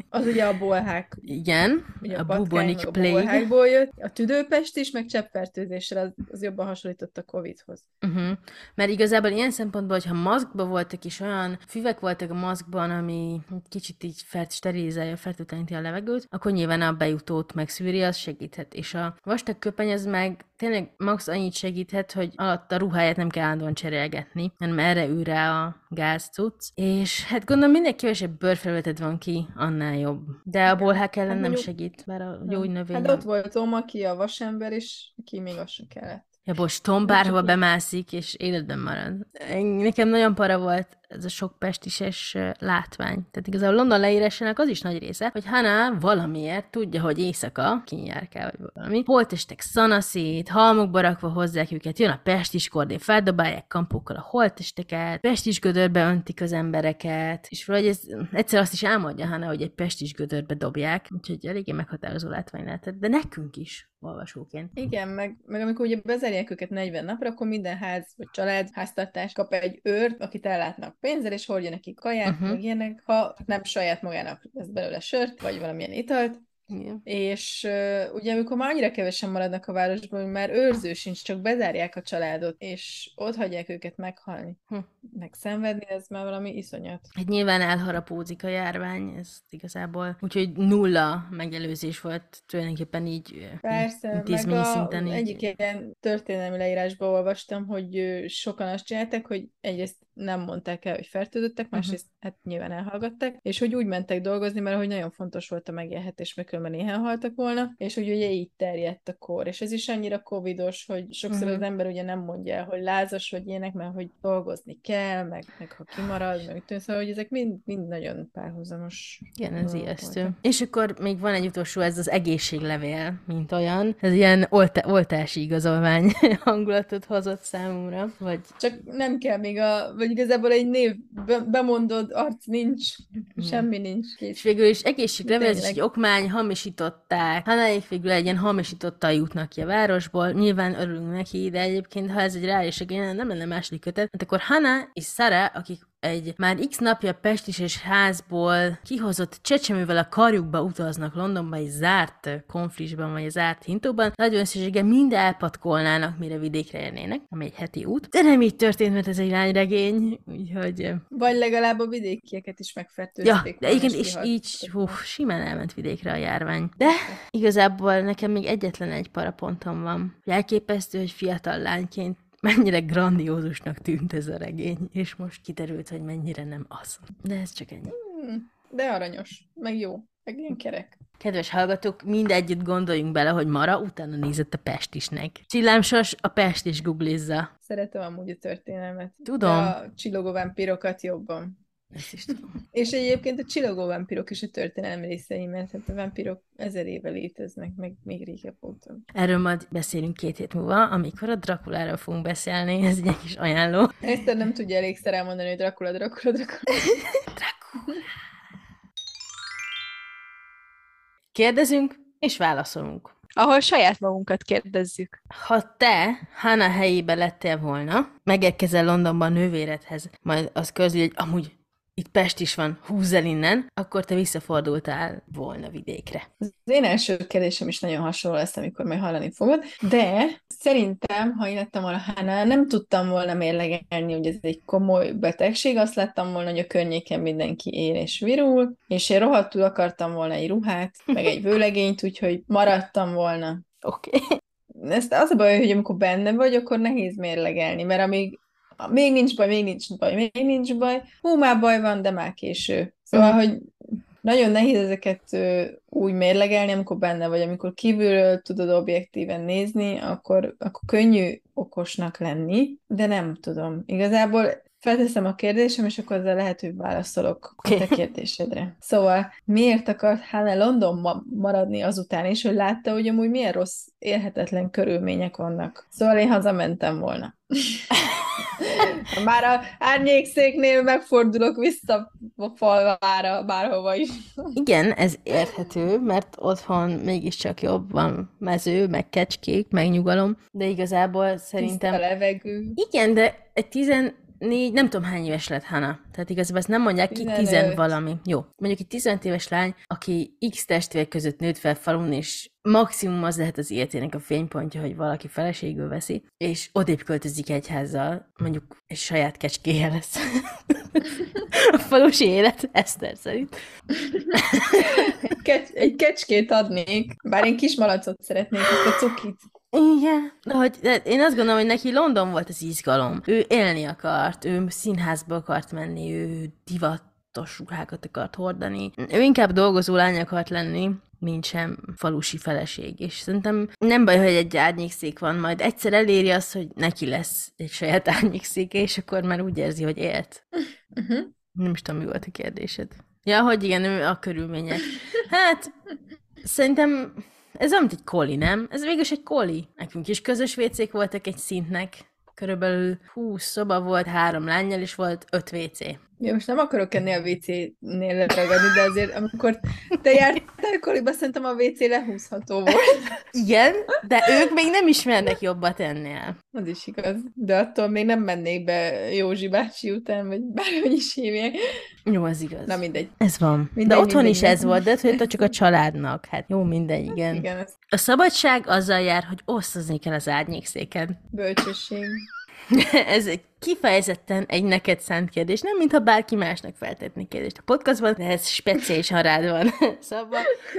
Az ugye a bolhák, Igen, ugye a a patkány, bubonic meg a plague. bolhákból jött. A tüdőpest is, meg cseppfertőzéssel, az, az jobban hasonlított a Covidhoz. Uh-huh. Mert igazából ilyen szempontból, hogyha maszkban voltak és olyan füvek voltak a maszkban, ami kicsit így fert, sterilizálja, fertőtleníti a levegőt, akkor nyilván a bejutót megszűri, az segíthet. És a vastag köpeny az meg tényleg max annyit segíthet, hogy alatt a ruháját nem kell állandóan cserélgetni, hanem erre ül rá a gázcucc. És hát gondolom minél kevesebb bőrfelületed van ki, annál jobb. De a bolhák ellen Hát nem mondjuk- segít, mert a gyógynövény... Hát ott volt Tom, aki a vasember, és ki még az sem kellett. Ja, bocs, Tom bárhova bemászik, és életben marad. Nekem nagyon para volt ez a sok pestises ö, látvány. Tehát igazából London leírásának az is nagy része, hogy Hannah valamiért tudja, hogy éjszaka kinyárkál, vagy valami. Holtestek szanaszét, halmokba rakva hozzák őket, jön a pestiskordén, feldobálják kampókkal a holtesteket, pestis gödörbe öntik az embereket, és valahogy ez, egyszer azt is álmodja Hannah, hogy egy pestis gödörbe dobják, úgyhogy eléggé meghatározó látvány lehetett, de nekünk is olvasóként. Igen, meg, meg amikor ugye bezárják őket negyven napra, akkor minden ház vagy család, háztartás kap egy őrt, akit ellátnak pénzzel, és hordja neki kaját, Uh-huh. uh-huh. meg ilyenek, ha nem saját magának lesz belőle sört, vagy valamilyen italt. Igen. És uh, ugye amikor már annyira kevesen maradnak a városban, hogy már őrző sincs, csak bezárják a családot, és ott hagyják őket meghalni, Hm. meg szenvedni, ez már valami iszonyat. Hát nyilván elharapódzik a járvány, ez igazából, úgyhogy nulla megelőzés volt tulajdonképpen így ö, Persze, meg intézményi a, szinten így. egyik ilyen történelmi leírásban olvastam, hogy ö, sokan azt csinálták, hogy egyrészt nem mondták el, hogy fertőzöttek, másrészt hát nyilván elhallgatták, és hogy úgy mentek dolgozni, mert hogy nagyon fontos volt a megélhetés, mert különben éhen haltak volna, és hogy ugye így terjedt a kór. És ez is annyira covidos, hogy sokszor Mhm. az ember ugye nem mondja el, hogy lázas vagy ilyenek, mert hogy dolgozni kell, meg, meg ha kimarad, meg tűn, szóval, hogy ezek mind, mind nagyon párhuzamos. Igen, ez dolgok ijesztő. voltak. És akkor még van egy utolsó, ez az egészséglevél, mint olyan. Ez ilyen olta- oltási igazolvány hangulatot hozott számomra, vagy Csak nem kell még a, vagy igazából egy név, be, bemondod, arc nincs, semmi nincs. és Kész. végül is egészséglevél, ez is Tényleg. egy okmány, hamisították. Hannáék végül egy ilyen hamisítottal jutnak ki a városból. Nyilván örülünk neki, de egyébként, ha ez egy reális igény, nem lenne második kötet, mert akkor Hannah és Sarah, akik egy már x napja pestises házból kihozott csecsemővel a karjukba utaznak Londonba egy zárt ö, konfliktusban, vagy egy zárt hintóban, nagy összességgel mind elpatkolnának, mire vidékre érnének, ami egy heti út. De nem így történt, mert ez egy lányregény, úgyhogy... ö, Vagy legalább a vidékieket is Ja, megfertőzték. de volna, igen, és kihalt- így hú, simán elment vidékre a járvány. De igazából nekem még egyetlen egy parapontom van. Elképesztő, hogy fiatal lányként mennyire grandiózusnak tűnt ez a regény, és most kiderült, hogy mennyire nem az. De ez csak ennyi. Hmm, de aranyos, meg jó, meg ilyen kerek. Kedves hallgatók, mindegyütt gondoljunk bele, hogy Mara utána nézett a Pestisnek. Csillámsas a Pestis googlizza. Szeretem amúgy a történelmet. Tudom. De a csillogó vámpirokat jobban. Ezt is tudom. És egyébként a csillogó vámpirok is a történelmi részei, mert hát a vámpirok ezer éve léteznek, meg még régebb óta. Erről majd beszélünk két hét múlva, amikor a Drakuláról fogunk beszélni, ez egy kis ajánló. Eszter nem tudja elégszer elmondani, hogy Dracula, Dracula, Dracula. Kérdezünk, és válaszolunk. Ahol saját magunkat kérdezzük. Ha te Hannah helyébe lettél volna, megérkezel Londonban nővéredhez, majd az közli, hogy amúgy itt Pest is van, húzz el innen, akkor te visszafordultál volna vidékre. Az én első kérdésem is nagyon hasonló lesz, amikor majd hallani fogod, de szerintem, ha én lettem volna Hannah, nem tudtam volna mérlegelni, hogy ez egy komoly betegség, azt láttam volna, hogy a környéken mindenki él és virul, és én rohadtul akartam volna egy ruhát, meg egy vőlegényt, úgyhogy maradtam volna. Oké. Okay. Ezt az a baj, hogy amikor benne vagy, akkor nehéz mérlegelni, mert amíg még nincs baj, még nincs baj, még nincs baj, hú, már baj van, de már késő. Szóval, hogy nagyon nehéz ezeket ö, úgy mérlegelni, amikor benne vagy, amikor kívülről tudod objektíven nézni, akkor, akkor könnyű okosnak lenni, de nem tudom. Igazából felteszem a kérdésem, és akkor ezzel lehet, hogy válaszolok a te kérdésedre. Szóval, miért akart Hannah Londonban maradni azután is, hogy látta, hogy amúgy milyen rossz, élhetetlen körülmények vannak. Szóval én hazamentem volna. Már a árnyékszéknél megfordulok vissza a falvára, bárhova is. Igen, ez érthető, mert otthon mégiscsak jobb van mező, meg kecskék, meg nyugalom, de igazából Tiszta szerintem... levegő. Igen, de egy négy, nem tudom hány éves lett Hannah. Tehát igazából ezt nem mondják ki, tizenöt. tizen valami. Jó, mondjuk egy tizenöt éves lány, aki X testvér között nőtt fel falun, és maximum az lehet az életének a fénypontja, hogy valaki feleségül veszi, és odébb költözik egyházzal, mondjuk egy saját kecskéje lesz. A falusi élet, Eszter szerint. Egy, kecs- egy kecskét adnék, bár én kis malacot szeretnék, ezt a cukit. Igen, de, hogy, de én azt gondolom, hogy neki London volt az izgalom. Ő élni akart, ő színházba akart menni, ő divatos ruhákat akart hordani. Ő inkább dolgozó lány akart lenni, mint sem falusi feleség. És szerintem nem baj, hogy egy árnyékszék van, majd egyszer eléri azt, hogy neki lesz egy saját árnyékszéke, és akkor már úgy érzi, hogy élt. Uh-huh. Nem is tudom, mi volt a kérdésed. Ja, hogy igen, ő a körülmények. Hát, szerintem ez olyan, mint egy koli, nem? Ez végülis egy koli. Nekünk is közös vécék voltak egy szintnek. Körülbelül húsz szoba volt, három lánnyal, és volt öt vécé. Ja, most nem akarok ennél a vécénél leragadni, de azért amikor te jártál koliba, szerintem a vécé lehúzható volt. Igen, de ők még nem ismernek jobbat ennél. Az is igaz. De attól még nem mennék be Józsi bácsi után, vagy bárhogy is hívják. Jó, az igaz. Na mindegy. Ez van. Mindegy, de otthon mindegy, is ez mindegy. volt, de hogy csak a családnak. Hát jó, mindegy, igen. Igen, ez A szabadság azzal jár, hogy osztozni kell az árnyékszéken. bölcsesség. Ez egy kifejezetten egy neked szánt kérdés, nem mintha bárki másnak feltetni kérdést a podcastban, de ez speciálisan rád van szabva.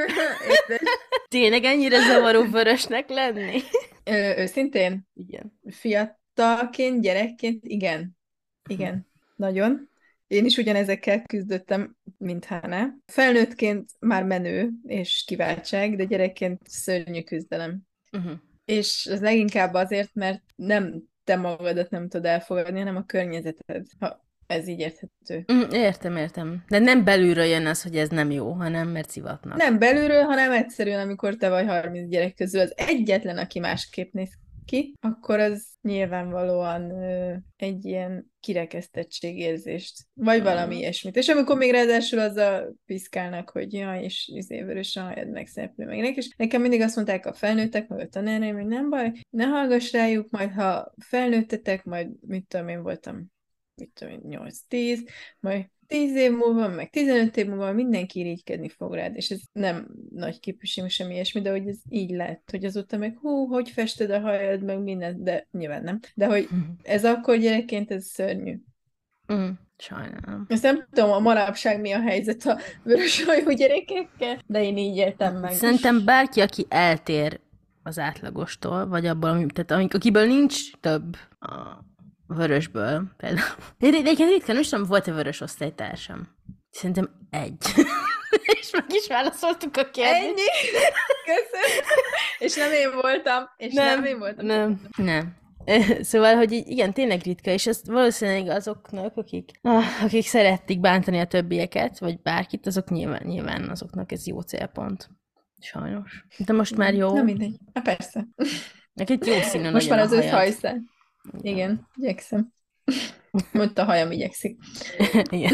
Tényleg ennyire zavaró vörösnek lenni? Ö, őszintén? Igen. Fiatalként, gyerekként, igen. Igen. Nagyon. Én is ugyanezekkel küzdöttem, mint Hannah. Felnőttként már menő és kiváltság, de gyerekként szörnyű küzdelem. Uh-huh. És az leginkább azért, mert nem te magadat nem tudod elfogadni, hanem a környezeted, ha ez így érthető. Mm, értem, értem. De nem belülről jön az, hogy ez nem jó, hanem mert szivatnak. Nem belülről, hanem egyszerűen, amikor te vagy harminc gyerek közül az egyetlen, aki másképp néz ki, akkor az nyilvánvalóan ö, egy ilyen kirekesztettségérzést, vagy valami ilyesmit. És amikor még ráadásul azzal piszkálnak, hogy jaj, és izé vörös a hajad, meg szereplő, meg nek, és nekem mindig azt mondták a felnőttek, meg a tanáraim, hogy nem baj, ne hallgass rájuk, majd ha felnőttetek, majd mit tudom én voltam, mit tudom én, nyolc-tíz, majd tíz év múlva, meg tizenöt év múlva mindenki irigykedni fog rád, és ez nem nagy képviselő, semmi ilyesmi, de hogy ez így lett, hogy azóta meg hú, hogy fested a hajad, meg minden, de nyilván nem. De hogy ez akkor gyerekként, ez szörnyű. Mm, sajnálom. Ezt nem tudom, a manapság mi a helyzet a vöröshajú gyerekekkel, de én így éltem meg. Szerintem bárki, aki eltér az átlagostól, vagy abból, ami, tehát amik, akiből nincs több a vörösből, például. De egyébként ritkán, nem is tudom, volt-e vörös osztálytársam. Szerintem egy. És meg is válaszoltuk a kérdést. Ennyi? Köszönöm. És nem én voltam. És nem, nem én voltam. Nem, nem. Szóval, hogy így, igen, tényleg ritka, és ezt valószínűleg azoknak, akik, ah, akik szeretik bántani a többieket, vagy bárkit, azok nyilván, nyilván azoknak ez jó célpont. Sajnos. De most már jó. Na mindegy. Na persze. Neked jó színű Most már az hajad. összhajszál. Igen, igyekszem. Mondta a hajam igyekszik. Igen.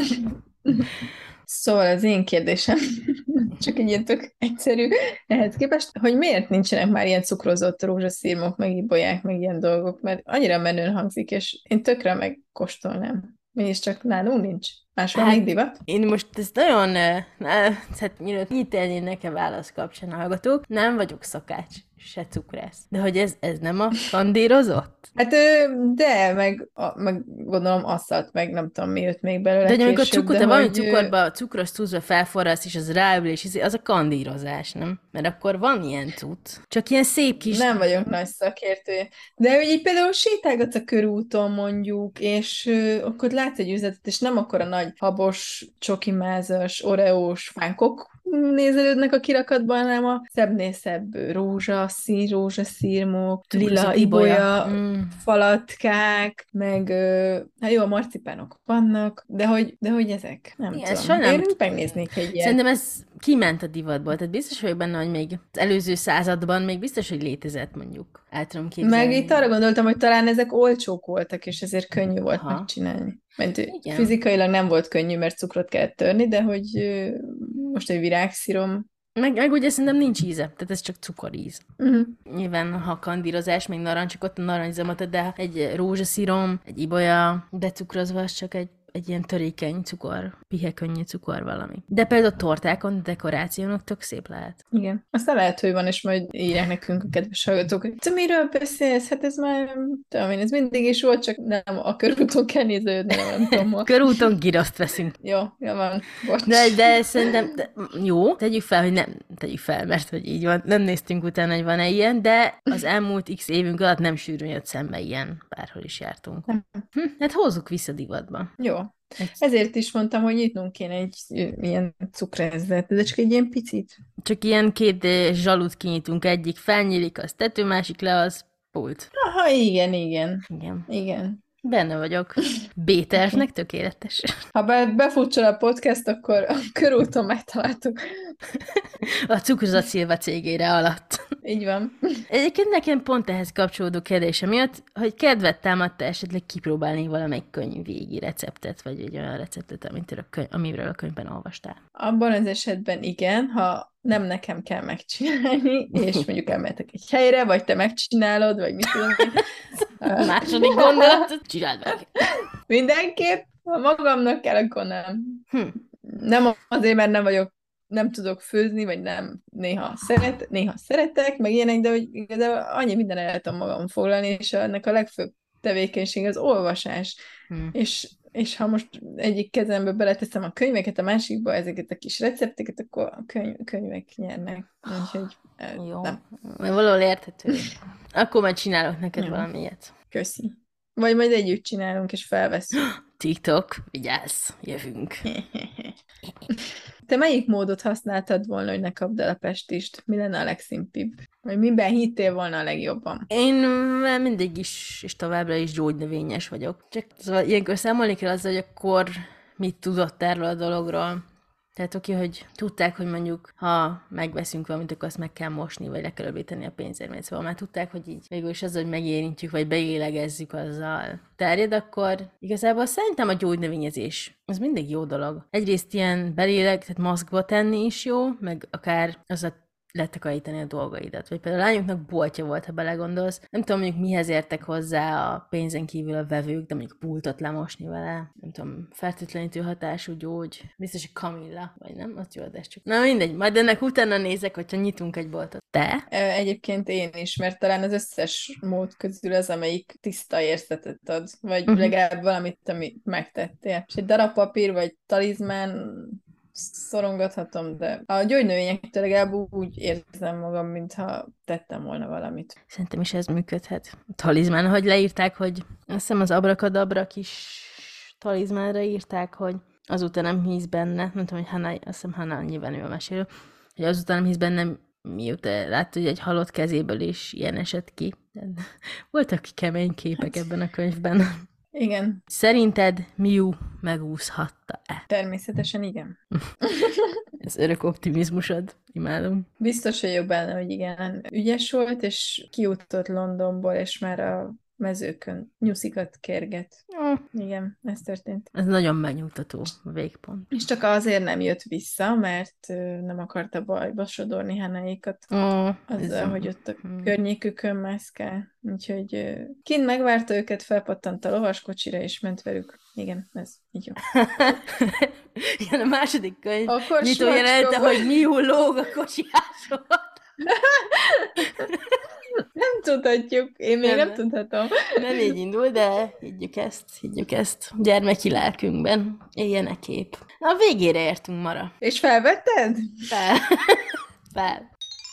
Szóval az én kérdésem, csak egy ilyen tök egyszerű ehhez képest, hogy miért nincsenek már ilyen cukrozott rózsaszírmok, meg ibolyák, meg ilyen dolgok, mert annyira menőn hangzik, és én tökre megkóstolnám. Mégis csak nálunk nincs. Máshol Hát, még divat? Én most ez nagyon, eh, hát nyilván ítélni nekem válasz kapcsán hallgatók, nem vagyok szakács, se cukrász. De hogy ez, ez nem a kandírozott? Hát ö, de, meg, a, meg gondolom asszalt, meg nem tudom mi jött még belőle De hogy amikor később, cukor, de te valami hogy, ö, cukorba, cukros cuccba felforrasz, és az ráül, és izé- az a kandírozás, nem? Mert akkor van ilyen cucc. Csak ilyen szép kis... Nem vagyok nagy szakértője. De hogy így például sétálgatsz a körúton mondjuk, és ö, akkor látsz egy üzletet, és nem akkor a nagy habos, csokimázas, oreós fánkok nézelődnek a kirakatban, hanem a szebbnél szebb rózsa, szín, rózsaszírmok, lila, Cukrozott ibolya, ibolya. Mm. falatkák, meg ö, hát jó, a marcipánok vannak, de hogy, de hogy ezek? Nem Igen, tudom. sajnálom. Én úgy megnéznék egy ilyet. Szerintem ez kiment a divatból, tehát biztos vagyok benne, hogy még az előző században még biztos, hogy létezett mondjuk. El tudom képzelni. Meg itt arra gondoltam, hogy talán ezek olcsók voltak, és ezért könnyű volt Aha. megcsinálni. Mert Igen. fizikailag nem volt könnyű, mert cukrot kellett törni, de hogy ö, most egy virágszírom Meg, meg ugye szerintem nincs íze, tehát ez csak cukoríz. Uh-huh. Nyilván, ha kandírozás, még narancs, akkor ott a narancszamat, de egy rózsaszírom, egy ibolya becukrozva, az csak egy, egy ilyen törékeny cukor, pihekönnyű cukor valami. De például a tortákon, a dekorációnak tök szép lehet. Igen. Aztán lehet, hogy van, és majd írják nekünk a kedves hallgatók, hogy te miről beszélsz? Hát ez már, tudom én, ez mindig is volt, csak nem a körúton kell néződni, nem tudom. hol. Körúton giraszt veszünk. Jó, jó van, bocs. De, de szerintem, de, jó, tegyük fel, hogy nem, tegyük fel, mert hogy így van, nem néztünk utána, hogy van-e ilyen, de az elmúlt x évünk alatt nem sűrűn jött szembe ilyen, bárhol is jártunk. Nem. Hm, hát hozzuk vissza divatba. Jó. Egy, Ezért is mondtam, hogy nyitnunk kéne egy ö, ilyen cukrezzet, de csak egy ilyen picit. csak ilyen két eh, zsalut kinyitunk, egyik felnyílik, az tető, másik le, az pult. Aha, igen, igen, Igen. igen. Benne vagyok. B-tervnek tökéletes. Ha be, befutsol a podcast, akkor a körúton megtaláltuk. A Cukrozat Szilva cégére alatt. Így van. Egyébként nekem pont ehhez kapcsolódó kérdése miatt, hogy kedvet támadta esetleg kipróbálni valamelyik könyvvégi receptet, vagy egy olyan receptet, amit a könyv, amiről a könyvben olvastál. Abban az esetben igen, ha nem nekem kell megcsinálni, és mondjuk elmehetek egy helyre, vagy te megcsinálod, vagy mit tudom én. A második gondolatot csináld meg. Mindenképp, ha magamnak kell, akkor nem. Hm. Nem azért, mert nem vagyok, nem tudok főzni, vagy nem néha, szeret, néha szeretek, meg ilyenek, de hogy igazából annyi minden el tudom magam foglalni, és ennek a legfőbb tevékenység az olvasás. Hm. És, és ha most egyik kezembe beleteszem a könyveket, a másikba ezeket a kis recepteket, akkor a könyv, könyvek nyernek. Úgyhogy eh, Jó, nem. mert valahol érthető. Akkor majd csinálok neked Jó. valamilyet. Köszi. Vagy majd együtt csinálunk, és felveszünk. TikTok, vigyázz, jövünk. Te melyik módot használtad volna, hogy ne kapd el a pestist? Mi lenne a legszimpibb? Vagy miben hittél volna a legjobban? Én mm, mindig is, és továbbra is gyógynövényes vagyok. Csak szóval ilyenkor számolni kell azzal, hogy akkor mit tudott erről a dologról. Tehát oké, hogy tudták, hogy mondjuk, ha megveszünk valamit, akkor azt meg kell mosni, vagy le kell öblíteni a pénzérmét. Szóval már tudták, hogy így végül is az, hogy megérintjük, vagy beélegezzük azzal terjed, akkor igazából szerintem a gyógynövényezés az mindig jó dolog. Egyrészt ilyen beléleg, tehát maszkba tenni is jó, meg akár az a letakarítani a dolgaidat. Vagy például a lányoknak boltja volt, ha belegondolsz. Nem tudom, mondjuk mihez értek hozzá a pénzen kívül a vevők, de mondjuk pultot lemosni vele. Nem tudom, fertőtlenítő hatású gyógy. Biztos, hogy kamilla, vagy nem? Az jó, de ez csak. Na mindegy, majd ennek utána nézek, hogyha nyitunk egy boltot. Te? Ö, Egyébként én is, mert talán az összes mód közül az, amelyik tiszta érzetet ad, vagy Mhm. legalább valamit, amit megtettél. És egy darab papír, vagy talizmán szorongathatom, de a gyógynövényektől legalább úgy érzem magam, mintha tettem volna valamit. Szerintem is ez működhet. A talizmán, hogy leírták, hogy azt hiszem az abrakadabra kis talizmánra írták, hogy azután nem hisz benne, nem tudom, hogy Hannah, azt hiszem Hannah nyilván ő a mesélő, hogy azután nem hisz benne, miután látta, hogy egy halott kezéből is ilyen esett ki. Voltak kemény képek ebben a könyvben. Igen, Szerinted Miu megúszhatta-e? természetesen igen. Ez örök optimizmusod. Imádom. Biztos vagyok benne, hogy igen, ügyes volt, és kijutott Londonból, és már a mezőkön nyuszikat kerget. Ó, Igen, ez történt. ez nagyon megnyugtató végpont. És csak azért nem jött vissza, mert ö, nem akarta bajba sodorni Hannahékat Ó, azzal, ez- hogy ott a Hmm. környékükön mászkál. Úgyhogy ö, kint megvárta őket, felpattant a lovaskocsira, és ment velük. Igen, ez így jó. Igen, a második könyv Akkor nyitó smacskó jelelte, volt. hogy Miu lóg a kocsiáson. Nem tudhatjuk, én még Nem, nem, nem. tudhatom. Nem így indul, de higgyük ezt, higgyük ezt. Gyermeki lelkünkben. Éljenek kép. Na, a végére értünk, Mara. És felvetted? Fel. Fel.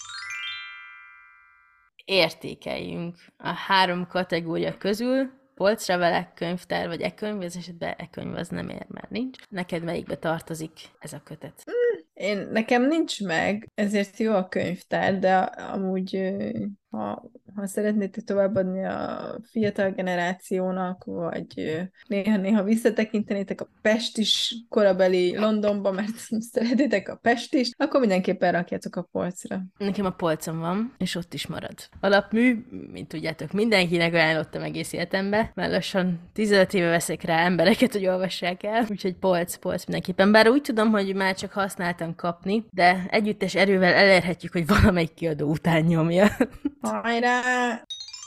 Értékeljünk a három kategória közül. Polcra vele, könyvtár vagy e-könyv, ez esetben e-könyv az nem ér, mert nincs. Neked melyikbe tartozik ez a kötet? Én, nekem nincs meg, ezért jó a könyvtár, de amúgy ö, ha, ha szeretnétek továbbadni a fiatal generációnak, vagy néha-néha visszatekintenétek a pestis korabeli Londonba, mert szeretitek a pestist, akkor mindenképpen rakjátok a polcra. Nekem a polcom van, és ott is marad. Alapmű, mint tudjátok, mindenkinek ajánlottam egész életembe, mert lassan tizenöt éve veszek rá embereket, hogy olvassák el, úgyhogy polc, polc mindenképpen. Bár úgy tudom, hogy már csak használtam kapni, de együttes erővel elérhetjük, hogy valamelyik kiadó után nyomja. Hajrá!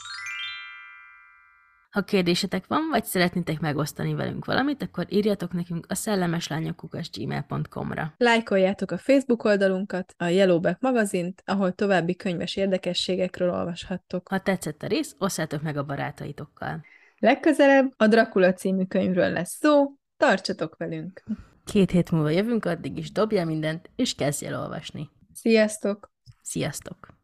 Ha kérdésetek van, vagy szeretnétek megosztani velünk valamit, akkor írjatok nekünk a szellemeslányok kukac gmail pont com-ra. Lájkoljátok a Facebook oldalunkat, a Yellowback magazint, ahol további könyves érdekességekről olvashattok. Ha tetszett a rész, osszátok meg a barátaitokkal. Legközelebb a Dracula című könyvről lesz szó, tartsatok velünk! Két hét múlva jövünk, addig is dobjál mindent, és kezdj el olvasni. Sziasztok! Sziasztok!